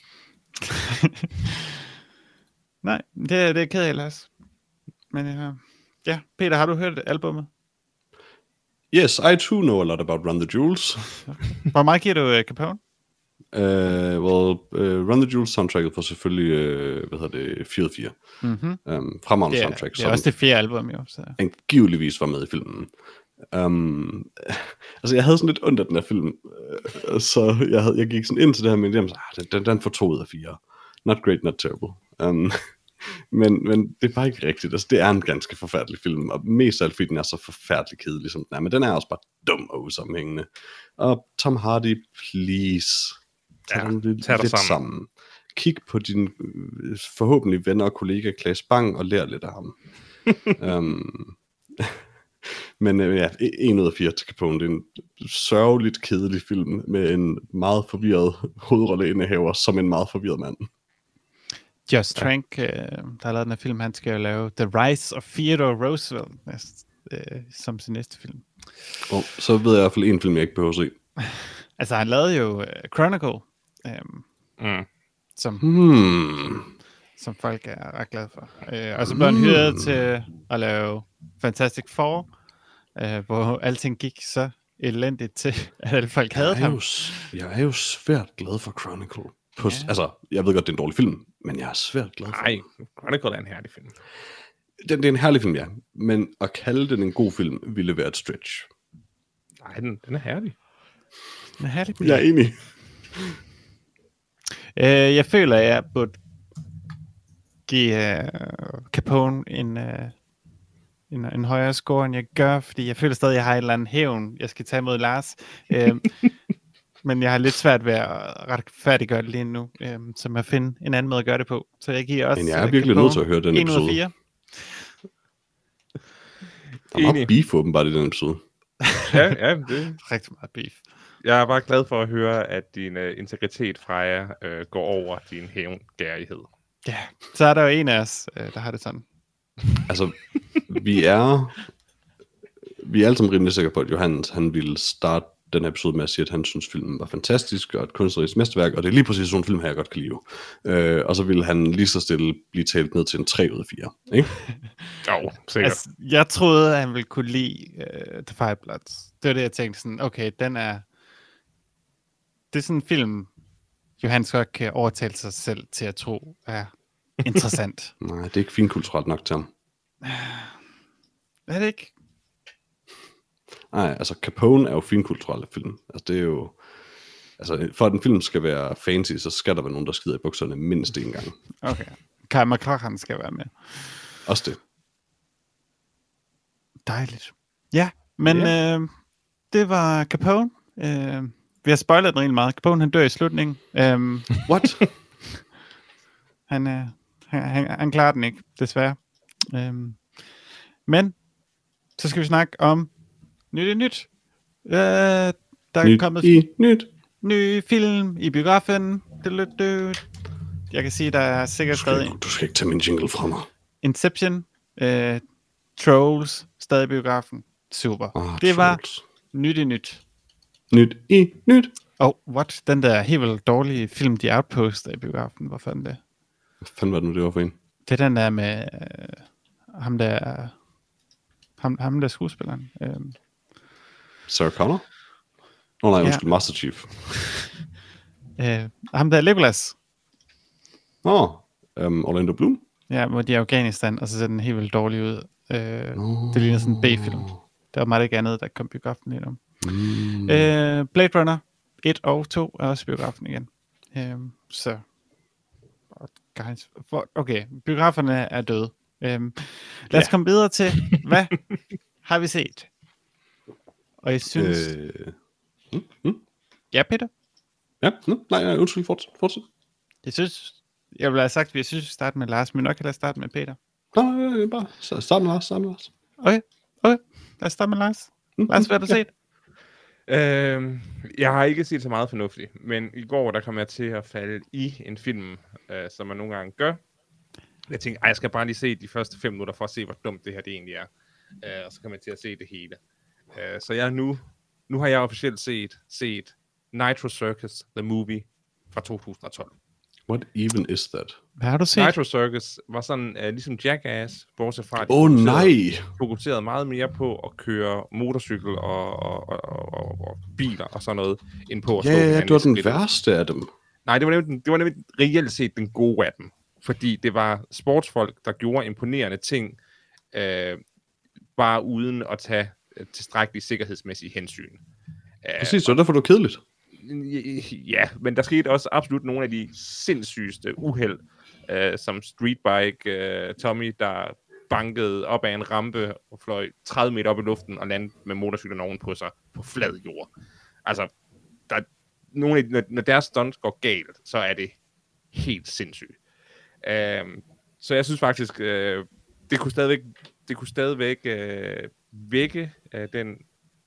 Nej, det, det er jeg ked af, Lars. Men ja, ja, Peter, har du hørt albumet? Yes, I too know a lot about Run the Jewels. Hvor meget giver du uh, Capone? Uh, well, uh, Run the Jewels soundtracket var selvfølgelig, uh, hvad hedder det, fire ud af fire. Mm-hmm. Um, fremragende yeah, soundtrack. Det er også det fjerde album, jo. Så. Angiveligvis var med i filmen. Um, altså, jeg havde sådan lidt ondt af den her film, uh, så jeg, havde, jeg gik sådan ind til det her med, at ah, den, den får to ud af fire. Not great, not terrible. Um, men, men det er bare ikke rigtigt. Altså, det er en ganske forfærdelig film, og mest af alt, fordi den er så forfærdelig kedelig, som den er. Men den er også bare dum og usammenhængende. Og Tom Hardy, please, tag ja, dem lidt, tag lidt sammen. sammen. Kig på din forhåbentlig venner og kollega Claes Bang og lær lidt af ham. um, men uh, ja, en ud af fire til Capone. Det er en sørgeligt kedelig film med en meget forvirret hovedrolleindehaver som en meget forvirret mand. Just Trank, ja. øh, der har lavet den her film, han skal jo lave The Rise of Theodore Roosevelt næste, øh, som sin næste film. Oh, så ved jeg i hvert fald en film, jeg ikke behøver at se. Altså, han lavede jo uh, Chronicle, øh, mm. som, hmm. som folk er ret glade for. Øh, og så blev han hyret hmm. til at lave Fantastic Four, øh, hvor alting gik så elendigt til, at alle folk havde ham. Jo, jeg er jo svært glad for Chronicle. På, ja. Altså, jeg ved godt, det er en dårlig film, men jeg er svært glad for Nej, Chronicle er en herlig film. Den, det er en herlig film, ja. Men at kalde den en god film, ville være et stretch. Nej, den, den er herlig. Den er herlig. Jeg er enig. Uh, jeg føler, at jeg burde give uh, Capone en, uh, en, en højere score, end jeg gør, fordi jeg føler stadig, at jeg har et eller andet hævn, jeg skal tage mod Lars. Uh, men jeg har lidt svært ved at retfærdiggøre det lige nu, øhm, så jeg finder en anden måde at gøre det på. Så jeg giver også... Men jeg er virkelig nødt til at høre den episode. en ud af fire. Der er meget beef åbenbart i den episode. ja, ja, det rigtig meget beef. Jeg er bare glad for at høre, at din uh, integritet, Freja, uh, går over din hævngærighed. Ja, så er der jo en af os, uh, der har det sådan. Altså, vi er... Vi er alle sammen rimelig sikre på, at Johannes, han ville starte den her episode med at sige, at han synes, filmen var fantastisk og et kunstnerisk mesterværk, og det er lige præcis sådan en film her, jeg godt kan lide. Øh, og så ville han lige så stille blive talt ned til en tre ud af fire, ikke? Jo, sikkert. Altså, jeg troede, at han ville kunne lide uh, The Five Bloods. Det var det, jeg tænkte sådan, okay, den er... Det er sådan en film, Johannes godt kan overtale sig selv til at tro er interessant. Nej, det er ikke finkulturelt nok til ham. Er det ikke? Nej, altså Capone er jo finkulturelle film. Altså det er jo... Altså for at en film skal være fancy, så skal der være nogen, der skider i bukserne mindst en gang. Okay. Kyle MacLachlan skal være med. Også det. Dejligt. Ja, men yeah. øh, det var Capone. Øh, vi har spoilet den rigtig meget. Capone, han dør i slutningen. Øh, What? han, øh, han, han, han klarer den ikke, desværre. Øh, men så skal vi snakke om Nyt i nyt. Uh, der er nyt kommet i nyt. Ny film i biografen. Jeg kan sige, der er sikkert stadig... Du skal ikke tage min jingle fra mig. Inception. Uh, Trolls. Stadig i biografen. Super. Oh, det var Trolls. Nyt i nyt. Nyt i nyt. Oh, what? Den der helt vildt dårlige film, The Outpost, er i biografen. Hvor fanden det? Hvad fanden var det nu, det var for en? Det er den der med... Uh, ham der... Ham, ham der skuespilleren. Uh, Sarah Connor? Nå oh, nej, undskyld, ja. Master Chief. uh, ham der Legolas. Nå, oh, um, Orlando Bloom? Ja, hvor de er i Afghanistan, og så ser den helt vildt dårlig ud. Uh, no. Det ligner sådan en B-film. Der var meget ikke andet, der kom biografen lige nu. Mm. Uh, Blade Runner et og to er også biografen igen. Uh, så... Okay, biograferne er døde. Uh, lad os ja. komme videre til, hvad har vi set? Og jeg synes... Øh... Mm, mm. Ja, Peter? Ja, no, nej, nej, undskyld, fortsæt, fortsæt. Jeg synes, jeg ville have sagt, at jeg synes, vi starter med Lars, men nok kan jeg starte med Peter. Nej, nej, nej, bare start med Lars, start med Lars. Okay, okay, lad os starte med Lars. Mm, Lars, hvad har du ja. set? Øh, jeg har ikke set så meget fornuftigt, men i går, der kom jeg til at falde i en film, øh, som man nogle gange gør. Jeg tænkte, ej, jeg skal bare lige se de første fem minutter, for at se, hvor dumt det her det egentlig er. Øh, og så kommer jeg til at se det hele. Øh, så jeg nu, nu har jeg officielt set, set Nitro Circus, the movie, fra to tusind og tolv. What even is that? Hvad har du set? Nitro Circus var sådan uh, ligesom Jackass, bortset fra, at de Åh, oh, fokuserede, nej! fokuserede meget mere på at køre motorcykel og, og, og, og, og biler og sådan noget, end på at Ja, slå ja, hinanden det var i den skridtet. værste af dem. Nej, det var, nemlig, det var nemlig reelt set den gode af dem. Fordi det var sportsfolk, der gjorde imponerende ting, øh, bare uden at tage øh, tilstrækkelige sikkerhedsmæssige hensyn. Præcis, så derfor er det kedeligt. Ja, men der skete også absolut nogle af de sindssygeste uheld, øh, som streetbike øh, Tommy, der bankede op af en rampe og fløj tredive meter op i luften og landede med motorcyklen oven på sig på flad jord. Altså, der, nogle af, når, når deres stunts går galt, så er det helt sindssygt. Øh, så jeg synes faktisk, øh, det kunne stadigvæk, det kunne stadigvæk øh, vække øh, den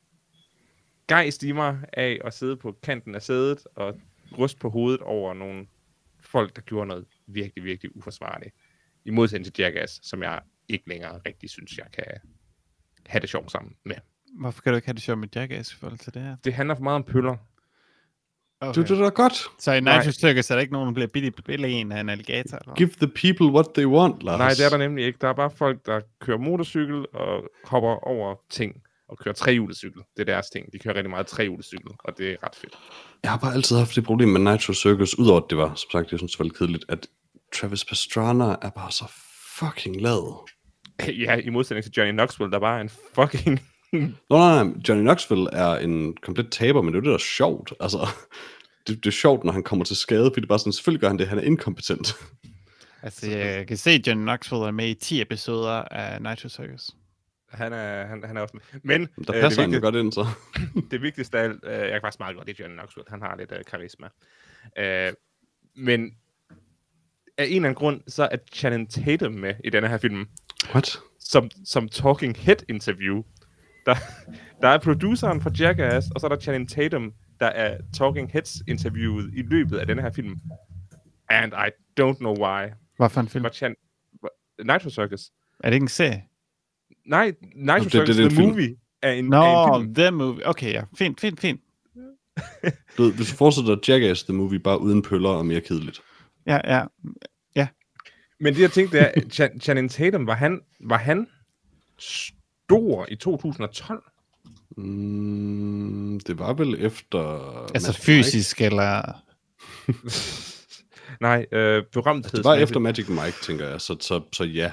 gejst i mig af at sidde på kanten af sædet og ryste på hovedet over nogle folk, der gjorde noget virkelig, virkelig uforsvarligt. I modsætning til Jackass, som jeg ikke længere rigtig synes, jeg kan have det sjovt sammen med. Hvorfor kan du ikke have det sjovt med Jackass i forhold til det her? Det handler for meget om pøller. Okay. Du, det er da godt. Så i Nitro Circus er der ikke nogen, der bliver billig billede en af en alligator? Eller? Give the people what they want, Lars. Nej, det er der nemlig ikke. Der er bare folk, der kører motorcykel og hopper over ting. Og kører trehjulecykel. Det er deres ting. De kører rigtig meget trehjulecykel, og det er ret fedt. Jeg har bare altid haft det problem med Nitro Circus, udover at det var, som sagt, jeg synes det var lidt kedeligt, at Travis Pastrana er bare så fucking lad. Ja, i modsætning til Johnny Knoxville, der bare er en fucking... Nå, nej, nej, Johnny Knoxville er en komplet taber, men det er jo det, der er sjovt. Altså, det, det er sjovt, når han kommer til skade, fordi det er bare sådan, selvfølgelig gør han det, han er inkompetent. Altså, jeg kan se, at Johnny Knoxville er med i ti episoder af Nitro Circus. Han er, han, han er også med. Men der øh, passer han jo godt ind, så. Det vigtigste er, øh, jeg kan faktisk meget godt lide Johnny Knoxville. Han har lidt øh, karisma. Øh, men af en eller anden grund, så er Channing Tatum med i denne her film. What? Som, som talking head interview. Der, der er produceren for Jackass, og så er der Channing Tatum, der er talking heads interviewet i løbet af denne her film. And I don't know why. Hvad for en film? Chan- Nitro Circus. Er det ikke en serie? Nej, Nitro det, Circus, det, det, The Movie, er en, Nå, er en film. The Movie. Okay, ja. Fint, fint, fint. Du ved, hvis du fortsætter Jackass The Movie bare uden pøller og mere kedeligt. Ja, ja, ja. Men det jeg tænkte, det er, Ch- Channing Tatum, var han, var han stor i to tusind og tolv? Mm, det var vel efter... Altså Magic fysisk, Mike. Eller... Nej, øh, berømthed. Det var efter Magic Mike, tænker jeg, så, så, så ja.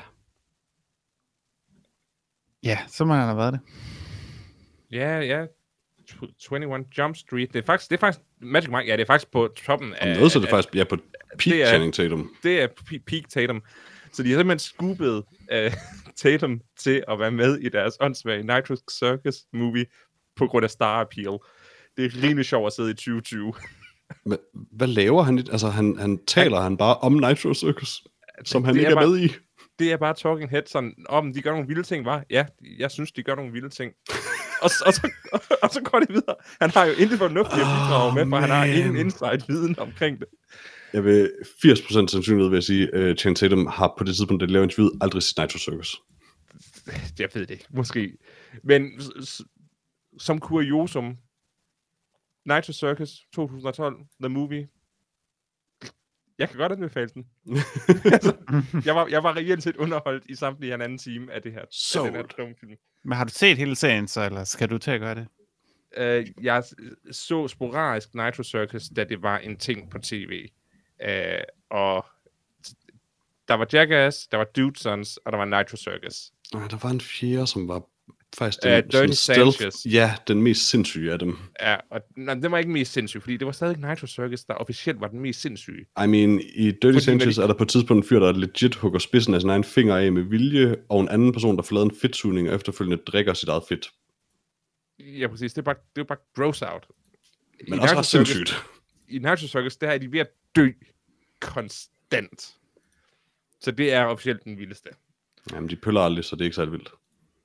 Ja, så må han have været det. Ja, ja. enogtyve Jump Street. Det er faktisk, det er faktisk Magic Mike. Ja, det er faktisk på toppen af... Om noget, så er det af, faktisk ja, på peak er, Channing Tatum. Det er peak Tatum. Så de har simpelthen scoopet uh, Tatum til at være med i deres åndssvage Nitro Circus movie på grund af star appeal. Det er rimelig sjovt at sidde i tyve tyve. Hvad, hvad laver han? Altså, han, han taler han, han bare om Nitro Circus, som han ikke er, er bare, med i. Det er bare talking head, sådan, om de gør nogle vilde ting, var. Ja, jeg synes, de gør nogle vilde ting. og, og, så, og, og så går det videre. Han har jo intet fornuftigt at bidrage med, for oh, han har ingen insight-viden omkring det. Jeg vil firs procent sandsynlighed vil jeg sige, at uh, Channing Tatum har på det tidspunkt, da de laver interviewet, aldrig set Nitro Circus. Jeg ved det ikke, måske. Men som kuriosum, Nitro Circus to tusind og tolv, The Movie. Jeg kan godt anbefale den. altså, jeg, var, jeg var reelt set underholdt i samtlige en anden time af det her. Så. Af den her film. Men har du set hele serien så, eller skal du til at gøre det? Uh, jeg så sporadisk Nitro Circus, da det var en ting på tv. Uh, og der var Jackass, der var Dude Sons, og der var Nitro Circus. Nej, der var en fjerde, som var faktisk den, uh, Dirty Sanchez. Ja, den mest sindssyge af dem. Ja, og nej, den var ikke mest sindssyg, fordi det var stadig Nitro Circus, der officielt var den mest sindssyge. I mean, i Dirty Sanchez er der på et tidspunkt en fyr, der legit hugger spidsen af sin egen finger af med vilje, og en anden person, der får lavet en fedtsugning, og efterfølgende drikker sit eget fedt. Ja, præcis. Det er bare, det er bare gross out. Men I også ret sindssygt. I Nitro Circus, der er de ved at dø konstant. Så det er officielt den vildeste. Jamen, de pøller aldrig, så det er ikke særlig vildt.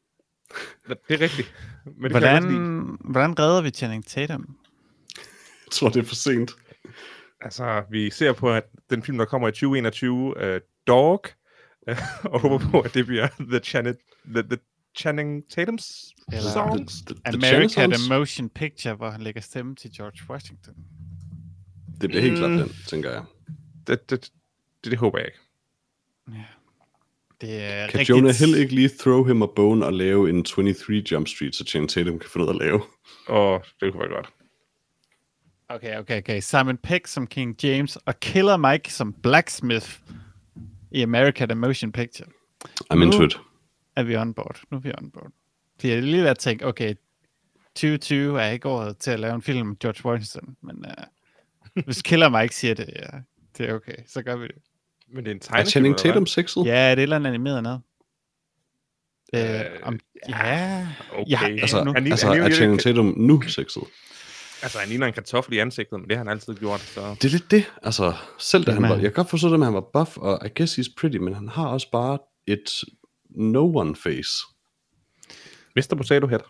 Det er rigtigt. Men det hvordan, hvordan redder vi Channing Tatum? Jeg tror, det er for sent. Altså, vi ser på, at den film, der kommer i tyve enogtyve, uh, Dog, uh, og håber på, at det bliver The Channing, the, the Channing Tatum's Eller songs. The, the, the America The Motion Picture, hvor han lægger stemme til George Washington. Det bliver helt klart den, tænker jeg. Det, det, det, det håber jeg ikke. Ja. Det er kan rigtigt... Jonah Hill ikke lige throw him a bone og lave en toogtyve Jump Street, så Channing Tatum kan finde ud af at lave? Åh, oh, det kunne være godt. Okay, okay, okay. Simon Pegg som King James, og Killer Mike som Blacksmith i America The Motion Picture. I'm into it. Er vi on board. Nu er vi on board. For jeg er lige ved at tænke, okay, tyve tyve er ikke året til at lave en film om George Washington, men uh, hvis Killer Mike siger det, ja, det er okay, så gør vi det. Men det er en Er tegnefilm, Channing Tatum sexet? Ja, det er et eller andet animeret noget. Øh, om, ja, okay. ja, Altså, nu, Han ligner- altså han ligner er lidt- Channing Tatum nu sexet? Altså, han ligner en kartoffel i ansigtet, men det har han altid gjort, så... Det er lidt det. Altså, selv da han Men- var... Jeg kan godt forstå det, at han var buff, og I guess he's pretty, men han har også bare et no-one face. mister Potato Head.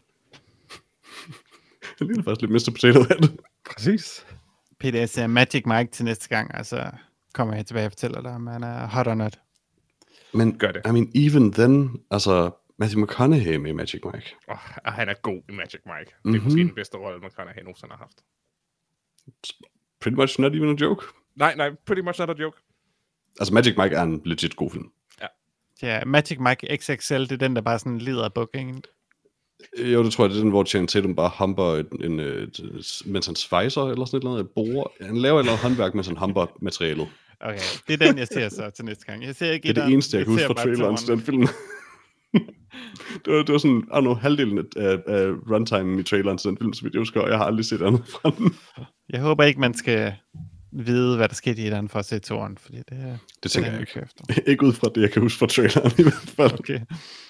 Han ligner faktisk lidt mister Potato Head. Præcis. Peter, jeg siger Magic Mike til næste gang, altså kommer jeg tilbage og fortæller dig, om han er hot or not. Men, Gør det. I mean, even then, altså, Matthew McConaughey med Magic Mike. Oh, han er god i Magic Mike. Det er Mhm. måske den bedste rolle, man kan have nogensinde har haft. Pretty much not even a joke. Nej, nej, pretty much not a joke. Altså, Magic Mike er en legit god film. Ja, Magic Mike X X L, det er den, der bare sådan lider af bookingen. Jo, det tror jeg, det er den, hvor Channing Tatum bare humper, en, en, et, mens han svejser, eller sådan et eller andet, borer. Han laver et eller andet håndværk, mens han humper materialet. Okay, det er den, jeg ser så til næste gang. Jeg ser ikke Det er det etteren, eneste, jeg kan huske ser fra bare traileren til toeren. den film. det, var, det var sådan, I don't know, halvdelen af, af runtime i traileren til den film, så vidt jeg husker, og jeg har aldrig set andet fra den. Jeg håber ikke, man skal vide, hvad der skete i etteren for at se toeren, fordi det er... Det tænker er jeg en ikke. efter. Ikke ud fra det, jeg kan huske fra traileren i hvert fald. Okay.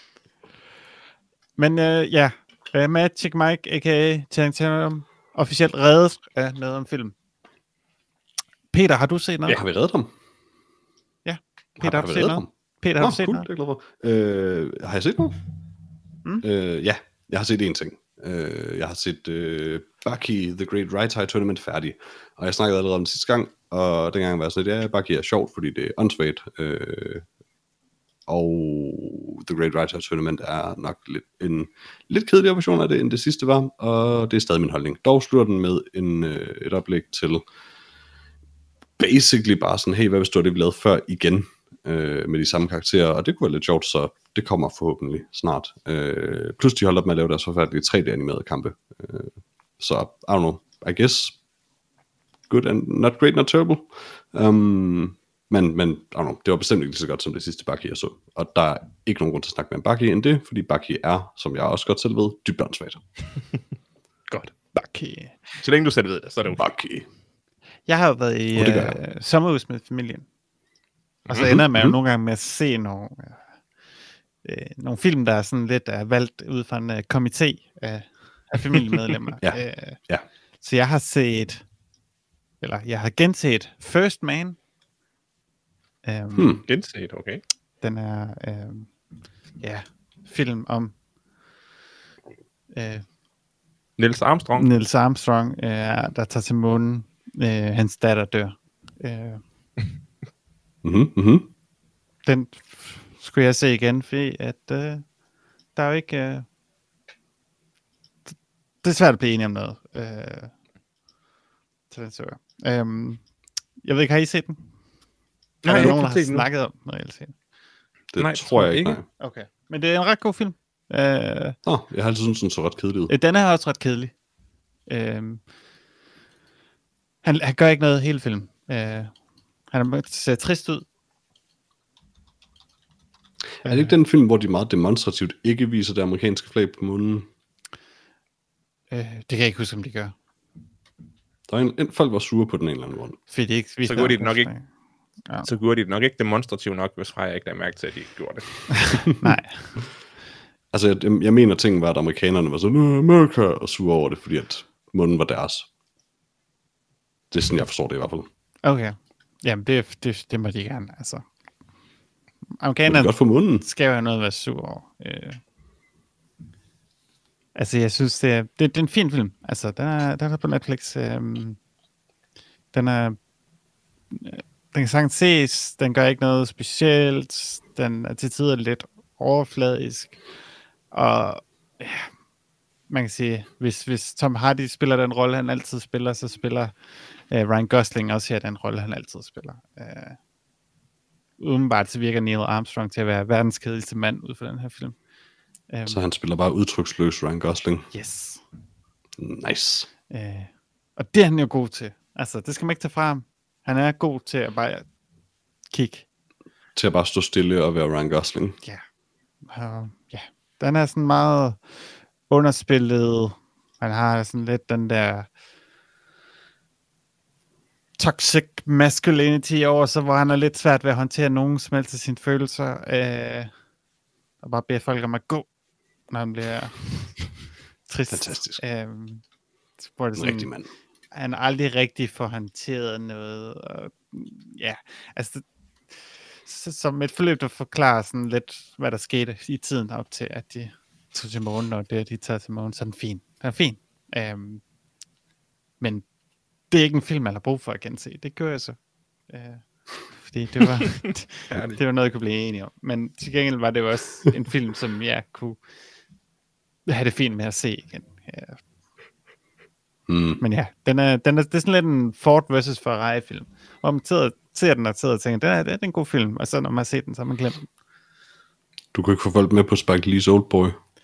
Men øh, ja, uh, Magic Mike, a k a. Channing Tatum, officielt reddet af noget om film. Peter, har du set noget? Ja, har vi reddet ham? Ja, Peter, har, har du vi set reddet noget? ham? Peter, har Nå, du set cool, noget? det er jeg glad for. Øh, har jeg set noget? Mm. Øh, ja, jeg har set én ting. Øh, jeg har set øh, Bucky, The Great Right High Tournament færdig. Og jeg snakkede allerede om det sidste gang, og dengang var jeg sådan lidt, ja, Bucky er sjovt, fordi det er åndssvagt. Øh, og The Great Right High Tournament er nok lidt, en lidt kedeligere version af det, end det sidste var, og det er stadig min holdning. Dog slutter den med en, øh, et oplæg til basically bare sådan, hey, hvad hvis det var det, vi lavede før igen, øh, med de samme karakterer, og det kunne være lidt sjovt, så det kommer forhåbentlig snart. Øh, plus de holder op med at lave deres forfærdelige tre D-animerede kampe. Øh, så, I don't know, I guess, good and not great, not terrible. Um, men, men, I don't know, det var bestemt ikke lige så godt som det sidste Bucky, jeg så. Og der er ikke nogen grund til at snakke med en Bucky end det, fordi Bucky er, som jeg også godt selv ved, dybt åndssvagt. Godt. Bucky. Så længe du selv ved det, så er det okay. Bucky. Jeg har jo været i Oh, det gør uh, sommerhus med familien. Og så Mhm, ender man jo mhm. nogle gange med at se nogle, øh, nogle film, der er sådan lidt er valgt ud fra en uh, komité af, af familiemedlemmer. Ja, øh, ja. Så jeg har set, eller jeg har genset First Man. Um, Hmm. Genset, okay. Den er øh, ja, film om øh, Niels Armstrong. Niels Armstrong, øh, der tager til månen. Øh, hans datter dør. Øh, Mhm, mhm. den f- skulle jeg se igen, fordi at øh, der er jo ikke... Øh, d- det er svært at blive enige om noget. Øh, så den så jeg. Øhm, jeg ved ikke, har I set den? Nej, er jeg der har nogen, ikke der set har den nu. snakket om den reelt set? Det Nej, tror jeg ikke. ikke. Nej. Okay. Men det er en ret god film. Øh, Nå, jeg har altid syntes, den så ret kedelig ud. Øh, Den er også ret kedelig. Øhm, han, han gør ikke noget hele filmen. Øh, han er- ser trist ud. Er det ikke den film, hvor de meget demonstrativt ikke viser det amerikanske flag på månen? Øh, det kan jeg ikke huske, om de gør. Der er en, en folk var sure på den en eller anden grund. Fordi de ikke viste Så gjorde de det noget nok ikke. flag. Ja. Så gjorde de det nok ikke demonstrativt nok, hvis Freja ikke lagde mærke til, at de ikke gjorde det. Nej. Altså, jeg, jeg mener, at tingen var, at amerikanerne var sådan, "Nå, America, og sure over det, fordi at månen var deres. Det er sådan, jeg forstår det i hvert fald. Okay. Jamen, det, det, det må de gerne. Altså. Men det er Amerikanerne godt for månen. skal jo have noget at være sur over. Øh, Altså, jeg synes, det er, det, det er en fin film. Altså, den er, den er på Netflix. Øhm, den er... Den kan sagtens ses. Den gør ikke noget specielt. Den er til tider lidt overfladisk. Og ja, man kan sige, hvis, hvis Tom Hardy spiller den rolle, han altid spiller, så spiller uh, Ryan Gosling også her den rolle, han altid spiller. Uh, Udenbart så virker Neil Armstrong til at være verdens kedeligste mand ud for den her film. Um, så han spiller bare udtryksløs Ryan Gosling. Yes. Nice. Uh, og det er han jo god til. Altså, det skal man ikke tage fra ham. Han er god til at bare kigge. Til at bare stå stille og være Ryan Gosling. Ja. Uh, ja. Den er sådan meget underspillet. Han har sådan lidt den der toxic masculinity over sig, hvor han er lidt svært ved at håndtere nogen som helst af sine følelser. Øh, og bare beder folk om at gå, når han bliver trist. Fantastisk. Øh, hvor det sådan, rigtig mand. Han aldrig rigtig får håndteret noget. Og, ja, altså det, så, som et forløb, der forklarer sådan lidt, hvad der skete i tiden op til, at de tog til morgen, og det, at de tager til morgen, så er den fin. Den er fin. Øhm, men det er ikke en film, man har brug for at gense. Det gør jeg så. Øh, fordi det var, det, det var noget, jeg kunne blive enig om. Men til gengæld var det jo også en film, som jeg kunne have det fint med at se igen. Ja. Mm. Men ja, den er, den er, det er sådan lidt en Ford versus Ferrari film. Hvor man sidder, ser den og sidder og tænker, den er, det er en god film. Og så når man har set den, så har man glemt den. Du kan ikke få folk med på Spike Lee's Oldboy.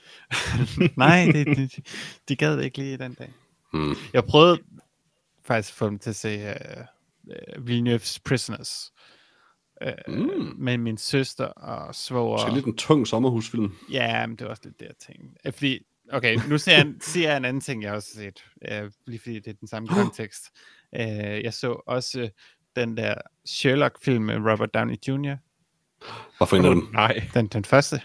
Nej, det, de, de gad det ikke lige den dag. Mm. Jeg prøvede faktisk at få dem til at se uh, uh, Villeneuve's Prisoners. Uh, mm. Med min søster og svoger. Det er lidt en tung sommerhusfilm. Ja, men det var også lidt det, jeg tænkte. Fordi, okay, nu ser jeg, siger jeg en anden ting, jeg også har set. Uh, lige fordi det er den samme kontekst. Uh, jeg så også uh, den der Sherlock-film med Robert Downey junior Hvorfor en af dem? Nej. Den, den første.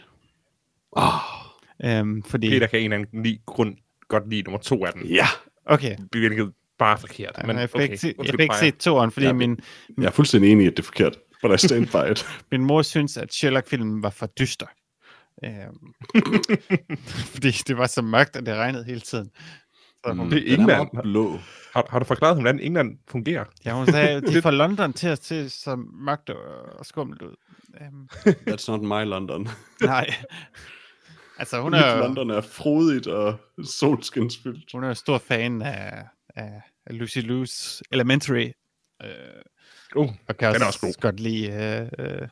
Oh. Um, fordi... Peter kan en eller anden lige grund godt lide nummer to af den. Ja. Okay. Det virkede bare forkert. Ja, men jeg fik okay. ikke, se, jeg fik ikke set toeren, fordi ja, min... Jeg er fuldstændig enig i, at det er forkert. But I stand by it. Min mor synes, at Sherlock-filmen var for dyster. Um, fordi det var så mørkt, at det regnede hele tiden. Så hun, det er England. Er blå. Har, har du forklaret, hvordan England fungerer? Ja, hun sagde, de får London til at se så mørkt og skummelt ud. Um, That's not my London. nej. Altså, hun Mit er jo, London er frodigt og solskinsfyldt. hun er jo stor fan af, af, af Lucy Liu's Elementary. Uh, uh, og kan også, er også god. godt lide uh, uh,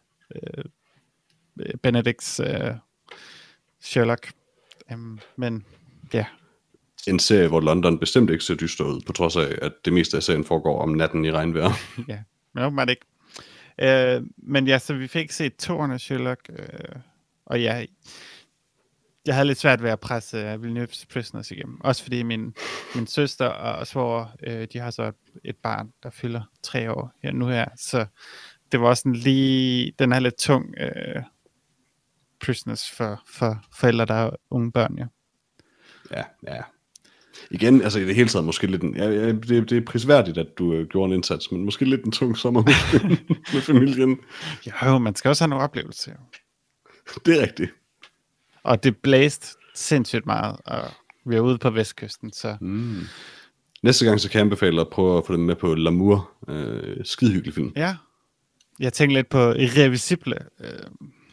uh, Benedicts uh, Sherlock. Um, men ja. En serie, hvor London bestemt ikke ser dyster ud, på trods af, at det meste af serien foregår om natten i regnvejr. Ja, men åbenbart ikke. Uh, men ja, så vi fik set toerne af Sherlock. Uh, og ja, jeg havde lidt svært ved at presse uh, Villeneuve's Prisoners igennem. Også fordi min, min søster og svoger, uh, de har så et, et barn, der fylder tre år her nu her. Så det var også sådan lige, den er lidt tung uh, Prisoners for, for forældre, der har unge børn, ja. Ja, ja. Igen, altså i det hele taget måske lidt en, ja, ja, det, det er prisværdigt, at du øh, gjorde en indsats, men måske lidt en tung sommerhus med familien. Ja, jo, man skal også have nogle oplevelser. Det er rigtigt. Og det blæste sindssygt meget, og vi er ude på vestkysten, så... Mm. Næste gang, så kan jeg anbefale at prøve at få dem med på L'Amour. Øh, skidehyggelig film. Ja. Jeg tænker lidt på Irreversible. Øh... Det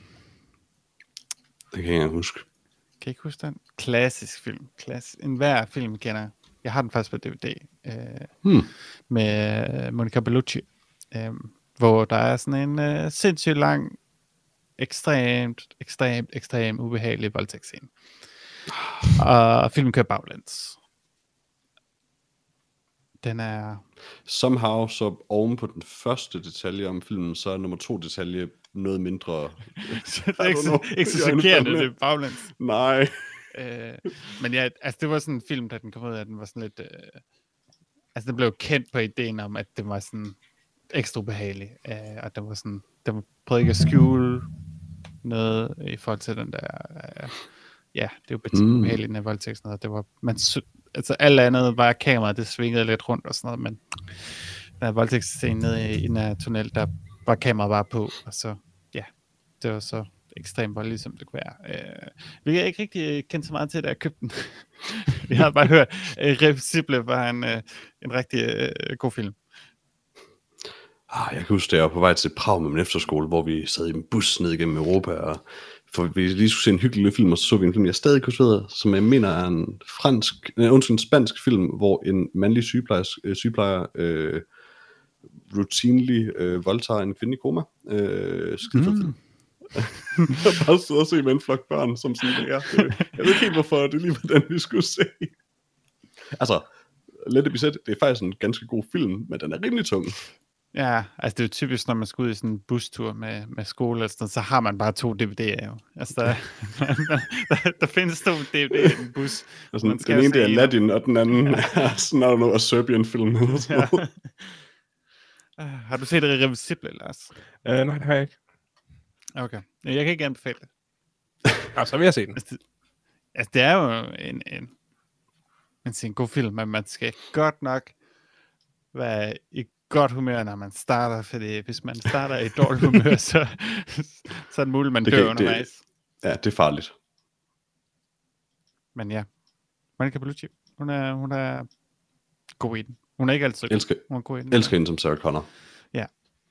kan jeg ikke huske. Kan I ikke huske den? Klassisk film. Klass... En hver film kender. Jeg har den faktisk på D V D. Øh... Hmm. Med Monica Bellucci. Øh... Hvor der er sådan en øh, sindssygt lang, ekstremt, ekstremt, ekstremt ubehagelig voldtægtsscene. Og filmen kører baglæns. Den er... Somehow, så oven på den første detalje om filmen, så er nummer to detalje noget mindre... så det er ikke så, ikke så chokerende, det er baglæns. Nej. øh, men ja, altså det var sådan en film, da den kom ud af, den var sådan lidt... Øh, altså den blev kendt på ideen om, at det var sådan ekstra ubehagelig. Øh, og det var sådan... Den prøvede ikke at skjule noget i forhold til den der... Øh, ja, det var bare mm. ubehageligt, den voldtægt sådan noget. Det var... Man, altså alt andet var kameraet, det svingede lidt rundt og sådan noget, men der er voldtægtsscene nede i, i den her tunnel, der var kameraet bare på, og så, ja, det var så ekstremt voldelig, som det kunne være. Øh, vi har ikke rigtig kendt så meget til, da jeg købte den. Vi har bare hørt, at Irreversible var en, øh, en rigtig øh, god film. Ah, jeg kan huske, at jeg var på vej til Prag med min efterskole, hvor vi sad i en bus ned igennem Europa, og for vi lige skulle se en hyggelig film, og så så vi en film, jeg stadig kunne svede, som jeg mener er en fransk, nej, undskyld, en spansk film, hvor en mandlig sygeplejer, øh, sygeplejer øh, routinely øh, voldtager en kvinde i koma. Øh, skide mm. film. Jeg bare sidder og se med en flok børn, som sådan det er. Jeg ved ikke helt, hvorfor det lige var den, vi skulle se. Altså, Let It Be Said, det er faktisk en ganske god film, men den er rimelig tung. Ja, altså det er jo typisk, når man skal ud i sådan en bustur med, med skole, altså, så har man bare to D V D'er jo. Altså der, der, der findes to D V D'er i en bus. Altså, den ene det er Latin, og den anden er sådan noget af Serbian-film. Ja. Uh, har du set det Irreversible, Lars? Uh, nej, det har jeg ikke. Okay, jeg kan ikke anbefale det. Altså, så vil jeg se den. Altså, det, altså, det er jo en, en, en, en god film, men man skal godt nok være i godt humør, når man starter, fordi hvis man starter i dårligt humør, så, så er det muligt, man det dør kan, undervejs. Det, ja, det er farligt. Men ja, Monica Bellucci, hun er, hun er god i den. Hun er ikke altid elsker, hun er god i den. Elsker hende som Sarah Connor. Ja.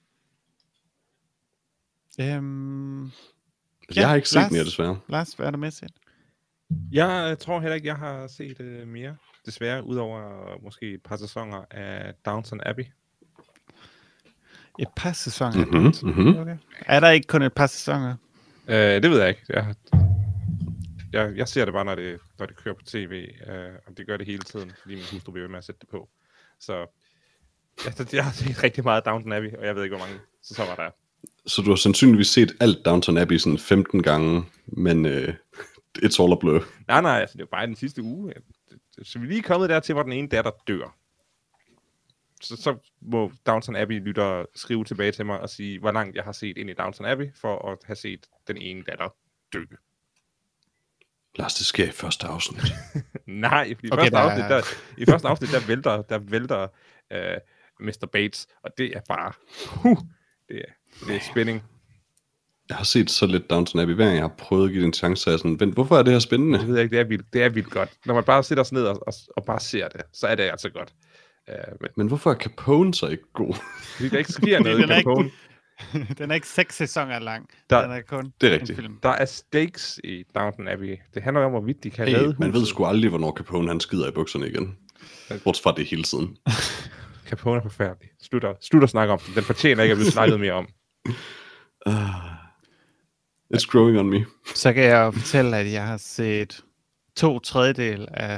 Øhm, jeg ja, har ikke set Lars, mere, desværre. Lars, hvad er der med set? Jeg tror heller ikke, jeg har set uh, mere, desværre, udover uh, måske et par sæsoner af Downton Abbey. Et par sæsoner? Mm-hmm, mm-hmm. Okay. Er der ikke kun et par sæsoner? Uh, det ved jeg ikke. Jeg, jeg, jeg ser det bare, når det, når det kører på tv, uh, og det gør det hele tiden, fordi min hustru bliver ved med at sætte det på. Så jeg, jeg har set rigtig meget Downton Abbey, og jeg ved ikke, hvor mange sæsoner der er. Så du har sandsynligvis set alt Downton Abbey sådan femten gange, men uh, it's all a blur. Nej, nej, altså, det er jo bare den sidste uge. Så vi er lige kommet dertil, hvor den ene datter dør. Så, så må Downton Abbey-lytter skrive tilbage til mig og sige, hvor langt jeg har set ind i Downton Abbey, for at have set den ene datter dø. Lars, det sker i første afsnit. Nej, fordi okay, første der... afsnit, der, i første afsnit, der vælter, der vælter uh, mister Bates, og det er bare, huh, det er, det er spænding. Jeg har set så lidt Downton Abbey, hver gang jeg har prøvet at give det en chance, så er jeg sådan, vent, hvorfor er det her spændende? Det ved jeg ikke, det er vildt, det er vildt godt. Når man bare sætter sig ned og, og, og bare ser det, så er det altså godt. Uh, men, men hvorfor er Capone så ikke god? Fordi der ikke sker noget i Capone. Ikke, den er ikke seks sæsoner lang. Der, den er kun det er rigtigt. film. Der er stakes i Downton Abbey. Det handler om, hvorvidt de kan hey, redde huset. Man ved sgu aldrig, hvornår Capone han skider i bukserne igen. Bortset fra det hele tiden. Capone er forfærdelig. Slutter, slutter snakke om den. Den fortjener ikke at blive snakket mere om. Uh, it's growing on me. Så kan jeg fortælle, at jeg har set to tredjedel af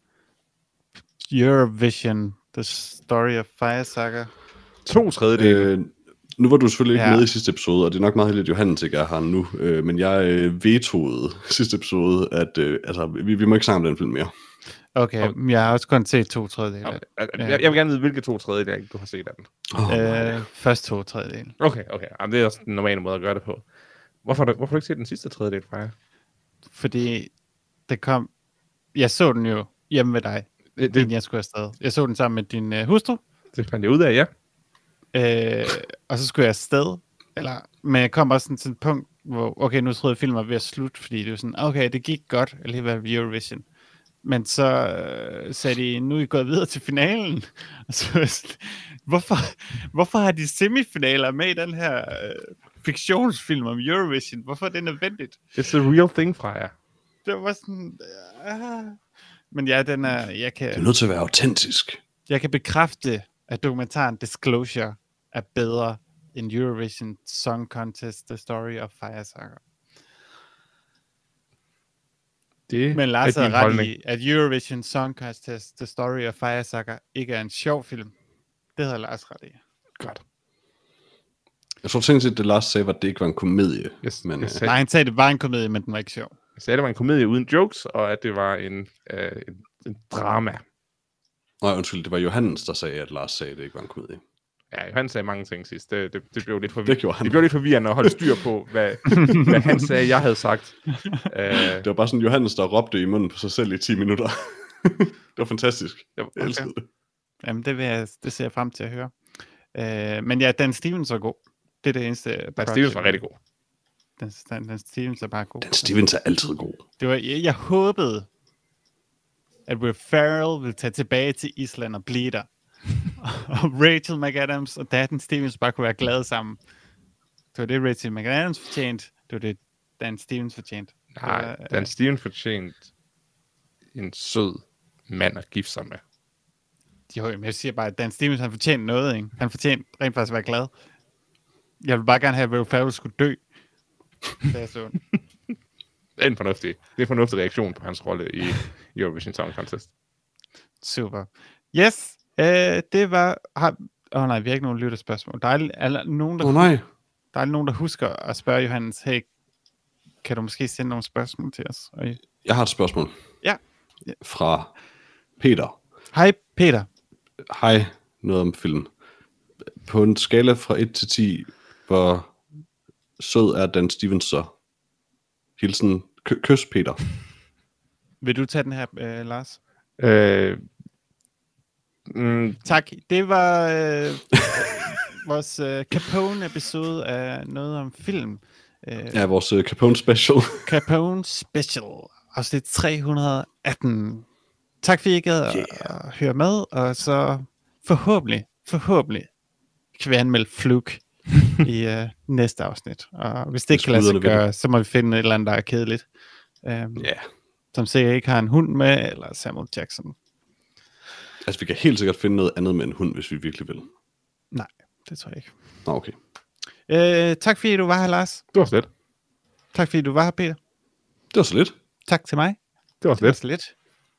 Eurovision, The Story of Fire Saga. To tredjedel? Øh, nu var du selvfølgelig ikke ja. med i sidste episode, og det er nok meget heldigt, at Johannes ikke er her nu, øh, men jeg øh, vetoede sidste episode, at øh, altså, vi, vi må ikke snakke om den film mere. Okay, okay. Jeg har også kun set to tredjedel. Okay. Jeg, jeg, jeg vil gerne vide, hvilke to tredjedel du har set af den. Oh, øh, først to tredjedel. Okay, okay. Jamen, det er også den normale måde at gøre det på. Hvorfor har du, hvorfor har du ikke set den sidste tredjedel fra jer? Fordi det kom... Jeg så den jo hjemme ved dig, det, det... inden jeg skulle afsted. Jeg så den sammen med din uh, hustru. Det fandt jeg ud af, ja. Øh, og så skulle jeg afsted. Eller, men jeg kom også sådan til et punkt, hvor okay, nu troede jeg, filmen var ved at slutte, fordi det var sådan, okay, det gik godt alligevel ved Eurovision. Men så øh, sagde de, nu er I gået videre til finalen. Og så, hvorfor, hvorfor har de semifinaler med i den her øh, fiktionsfilm om Eurovision? Hvorfor er det nødvendigt? It's a real thing fra jer. Det var sådan... Øh, men ja, den er... Jeg kan, det er nødt til at være autentisk. Jeg kan bekræfte, at dokumentaren Disclosure er bedre end Eurovision Song Contest, The Story of Fire Saga. Det Men Lars er ret i, at Eurovision Song Contest, The Story of Fire Saga ikke er en sjov film. Det havde Lars ret i. Godt. Jeg tror tænkt at det Lars sagde, var, at det ikke var en komedie. Yes, men, yes, øh... Nej, han sagde, at det var en komedie, men den var ikke sjov. Jeg sagde, at det var en komedie uden jokes, og at det var en, øh, en, en drama. Nej, undskyld, det var Johannes, der sagde, at Lars sagde, at det ikke var en komedie. Ja, han sagde mange ting sidst. Det, det, det blev lidt forvirrende. Det, det blev lidt forvirrende at holde styr på, hvad, hvad han sagde, jeg havde sagt. Uh, det var bare sådan Johannes, der råbte i munden på sig selv i ti minutter. Det var fantastisk. Jeg okay. elskede det. Jamen, det, vil jeg, det ser jeg frem til at høre. Uh, men ja, Dan Stevens var god. Det er det eneste. Dan Stevens var rigtig god. Dan, Dan, Dan Stevens er bare god. Dan Stevens er altid god. Det var, jeg, jeg håbede, at Will Ferrell ville tage tilbage til Island og blive der. Og Rachel McAdams og Dan Stevens bare kunne være glade sammen. Det var det, Rachel McAdams fortjente. Det var det, Dan Stevens fortjente. Nej, var, Dan Stevens fortjente en sød mand at gifte sig med. Jo, men jeg siger bare, at Dan Stevens han fortjente noget, ikke? Han fortjente rent faktisk at være glad. Jeg vil bare gerne have, at Will Ferrell skulle dø. Det er så. Det er en fornuftig, det er en fornuftig reaktion på hans rolle i Eurovision Song Contest. Super. Yes, øh, det var... Åh oh, nej, vi har ikke nogen lytterspørgsmål. Der er, er nogen, der... Åh oh, nej. Der er nogen, der husker at spørge Johannes, hey, kan du måske sende nogle spørgsmål til os? Og... Jeg har et spørgsmål. Ja. Fra Peter. Hej Peter. Hej, noget om film. På en skala fra et til ti, hvor sød er Dan Stevens så? Hilsen, K- kys Peter. Vil du tage den her, øh, Lars? Øh, mm, tak. Det var øh, vores øh, Capone-episode af noget om film. Øh, ja, vores øh, Capone Special. Capone Special, afsnit tre hundrede atten. Tak fordi I gad at yeah. høre med, og så forhåbentlig, forhåbentlig kan vi anmelde Fluke i uh, næste afsnit. Og hvis det ikke kan lade sig gøre, så må vi finde et eller andet, der er kedeligt. Um, yeah. Som sikkert ikke har en hund med, eller Samuel Jackson. Altså, vi kan helt sikkert finde noget andet med en hund, hvis vi virkelig vil. Nej, det tror jeg ikke. Nå, okay. Uh, tak fordi du var her, Lars. Det var så lidt. Tak fordi du var her, Peter. Det var så lidt. Tak til mig. Det var så lidt. Så lidt.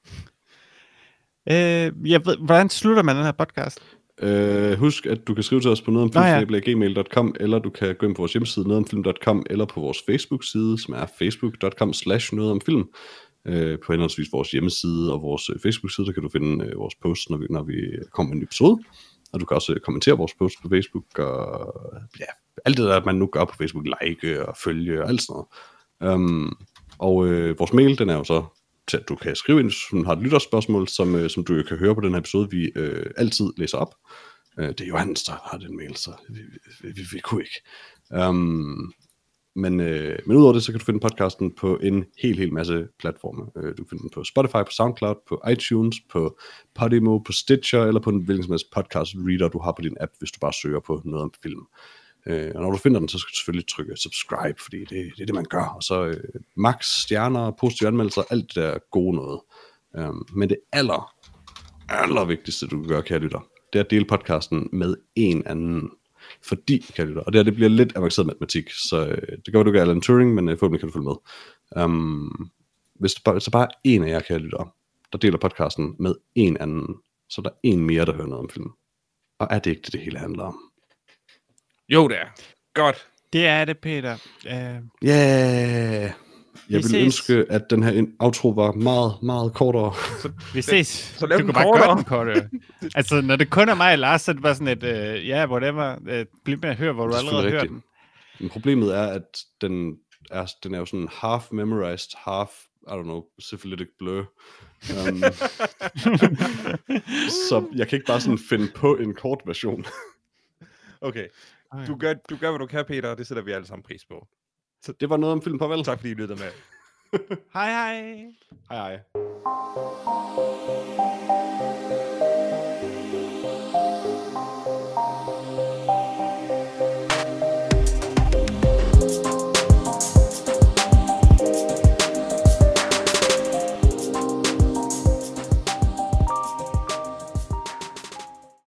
Uh, jeg ved, hvordan slutter man den her podcast? Uh, husk, at du kan skrive til os på nogetomfilm snabel-a gmail punktum com, eller du kan gå ind på vores hjemmeside nogetomfilm punktum com, eller på vores Facebook-side, som er facebook punktum com slash nogetomfilm. Uh, på henholdsvis vores hjemmeside og vores uh, Facebook-side, der kan du finde uh, vores posts, når vi, når vi kommer med en episode. Og du kan også uh, kommentere vores posts på Facebook, og ja, alt det der, man nu gør på Facebook, like og følge og alt sådan noget. Um, og uh, vores mail, den er jo så til at du kan skrive ind, hvis du har et lytterspørgsmål, som, øh, som du jo kan høre på den her episode, vi øh, altid læser op. Øh, det er Johannes, der har den mail, så vi, vi, vi, vi kunne ikke. Um, men, øh, men udover det, så kan du finde podcasten på en hel, hel masse platforme. Øh, du kan finde den på Spotify, på SoundCloud, på iTunes, på Podimo, på Stitcher, eller på en hvilken som helst podcast reader, du har på din app, hvis du bare søger på noget om film. Øh, og når du finder den, så skal du selvfølgelig trykke subscribe, fordi det, det er det, man gør. Og så øh, max, stjerner, positive anmeldelser, alt det der gode noget. Um, men det aller, aller vigtigste, du kan gøre, kære lytter, det er at dele podcasten med en anden. Fordi, kære lytter, og det her, det bliver lidt avanceret matematik, så øh, det kan være, du gør Alan Turing, men øh, forhåbentlig kan du følge med. Um, hvis det bare, så bare en af jer, kære lytter, der deler podcasten med en anden, så er der en mere, der hører noget om film. Og er det ikke det, det hele handler om? Jo, det er. Godt. Det er det, Peter. Ja. Uh... Yeah. Jeg ville ønske, at den her outro var meget, meget kortere. Så, vi ses. Så lav du den kan kortere. bare gøre den kortere. Altså, når det kun er mig og Lars, så er det bare sådan et, ja, uh, yeah, whatever. Uh, bliv med at høre, hvor du allerede har hørt den. Men problemet er, at den er, den er jo sådan half memorized, half, I don't know, syphilitic blur. Um, så jeg kan ikke bare sådan finde på en kort version. Okay. Du gør, du gør, hvad du kan, Peter, og det sætter vi alle sammen pris på. Så det var noget om film, farvel. Tak fordi I lyttede med. Hej hej. Hej hej.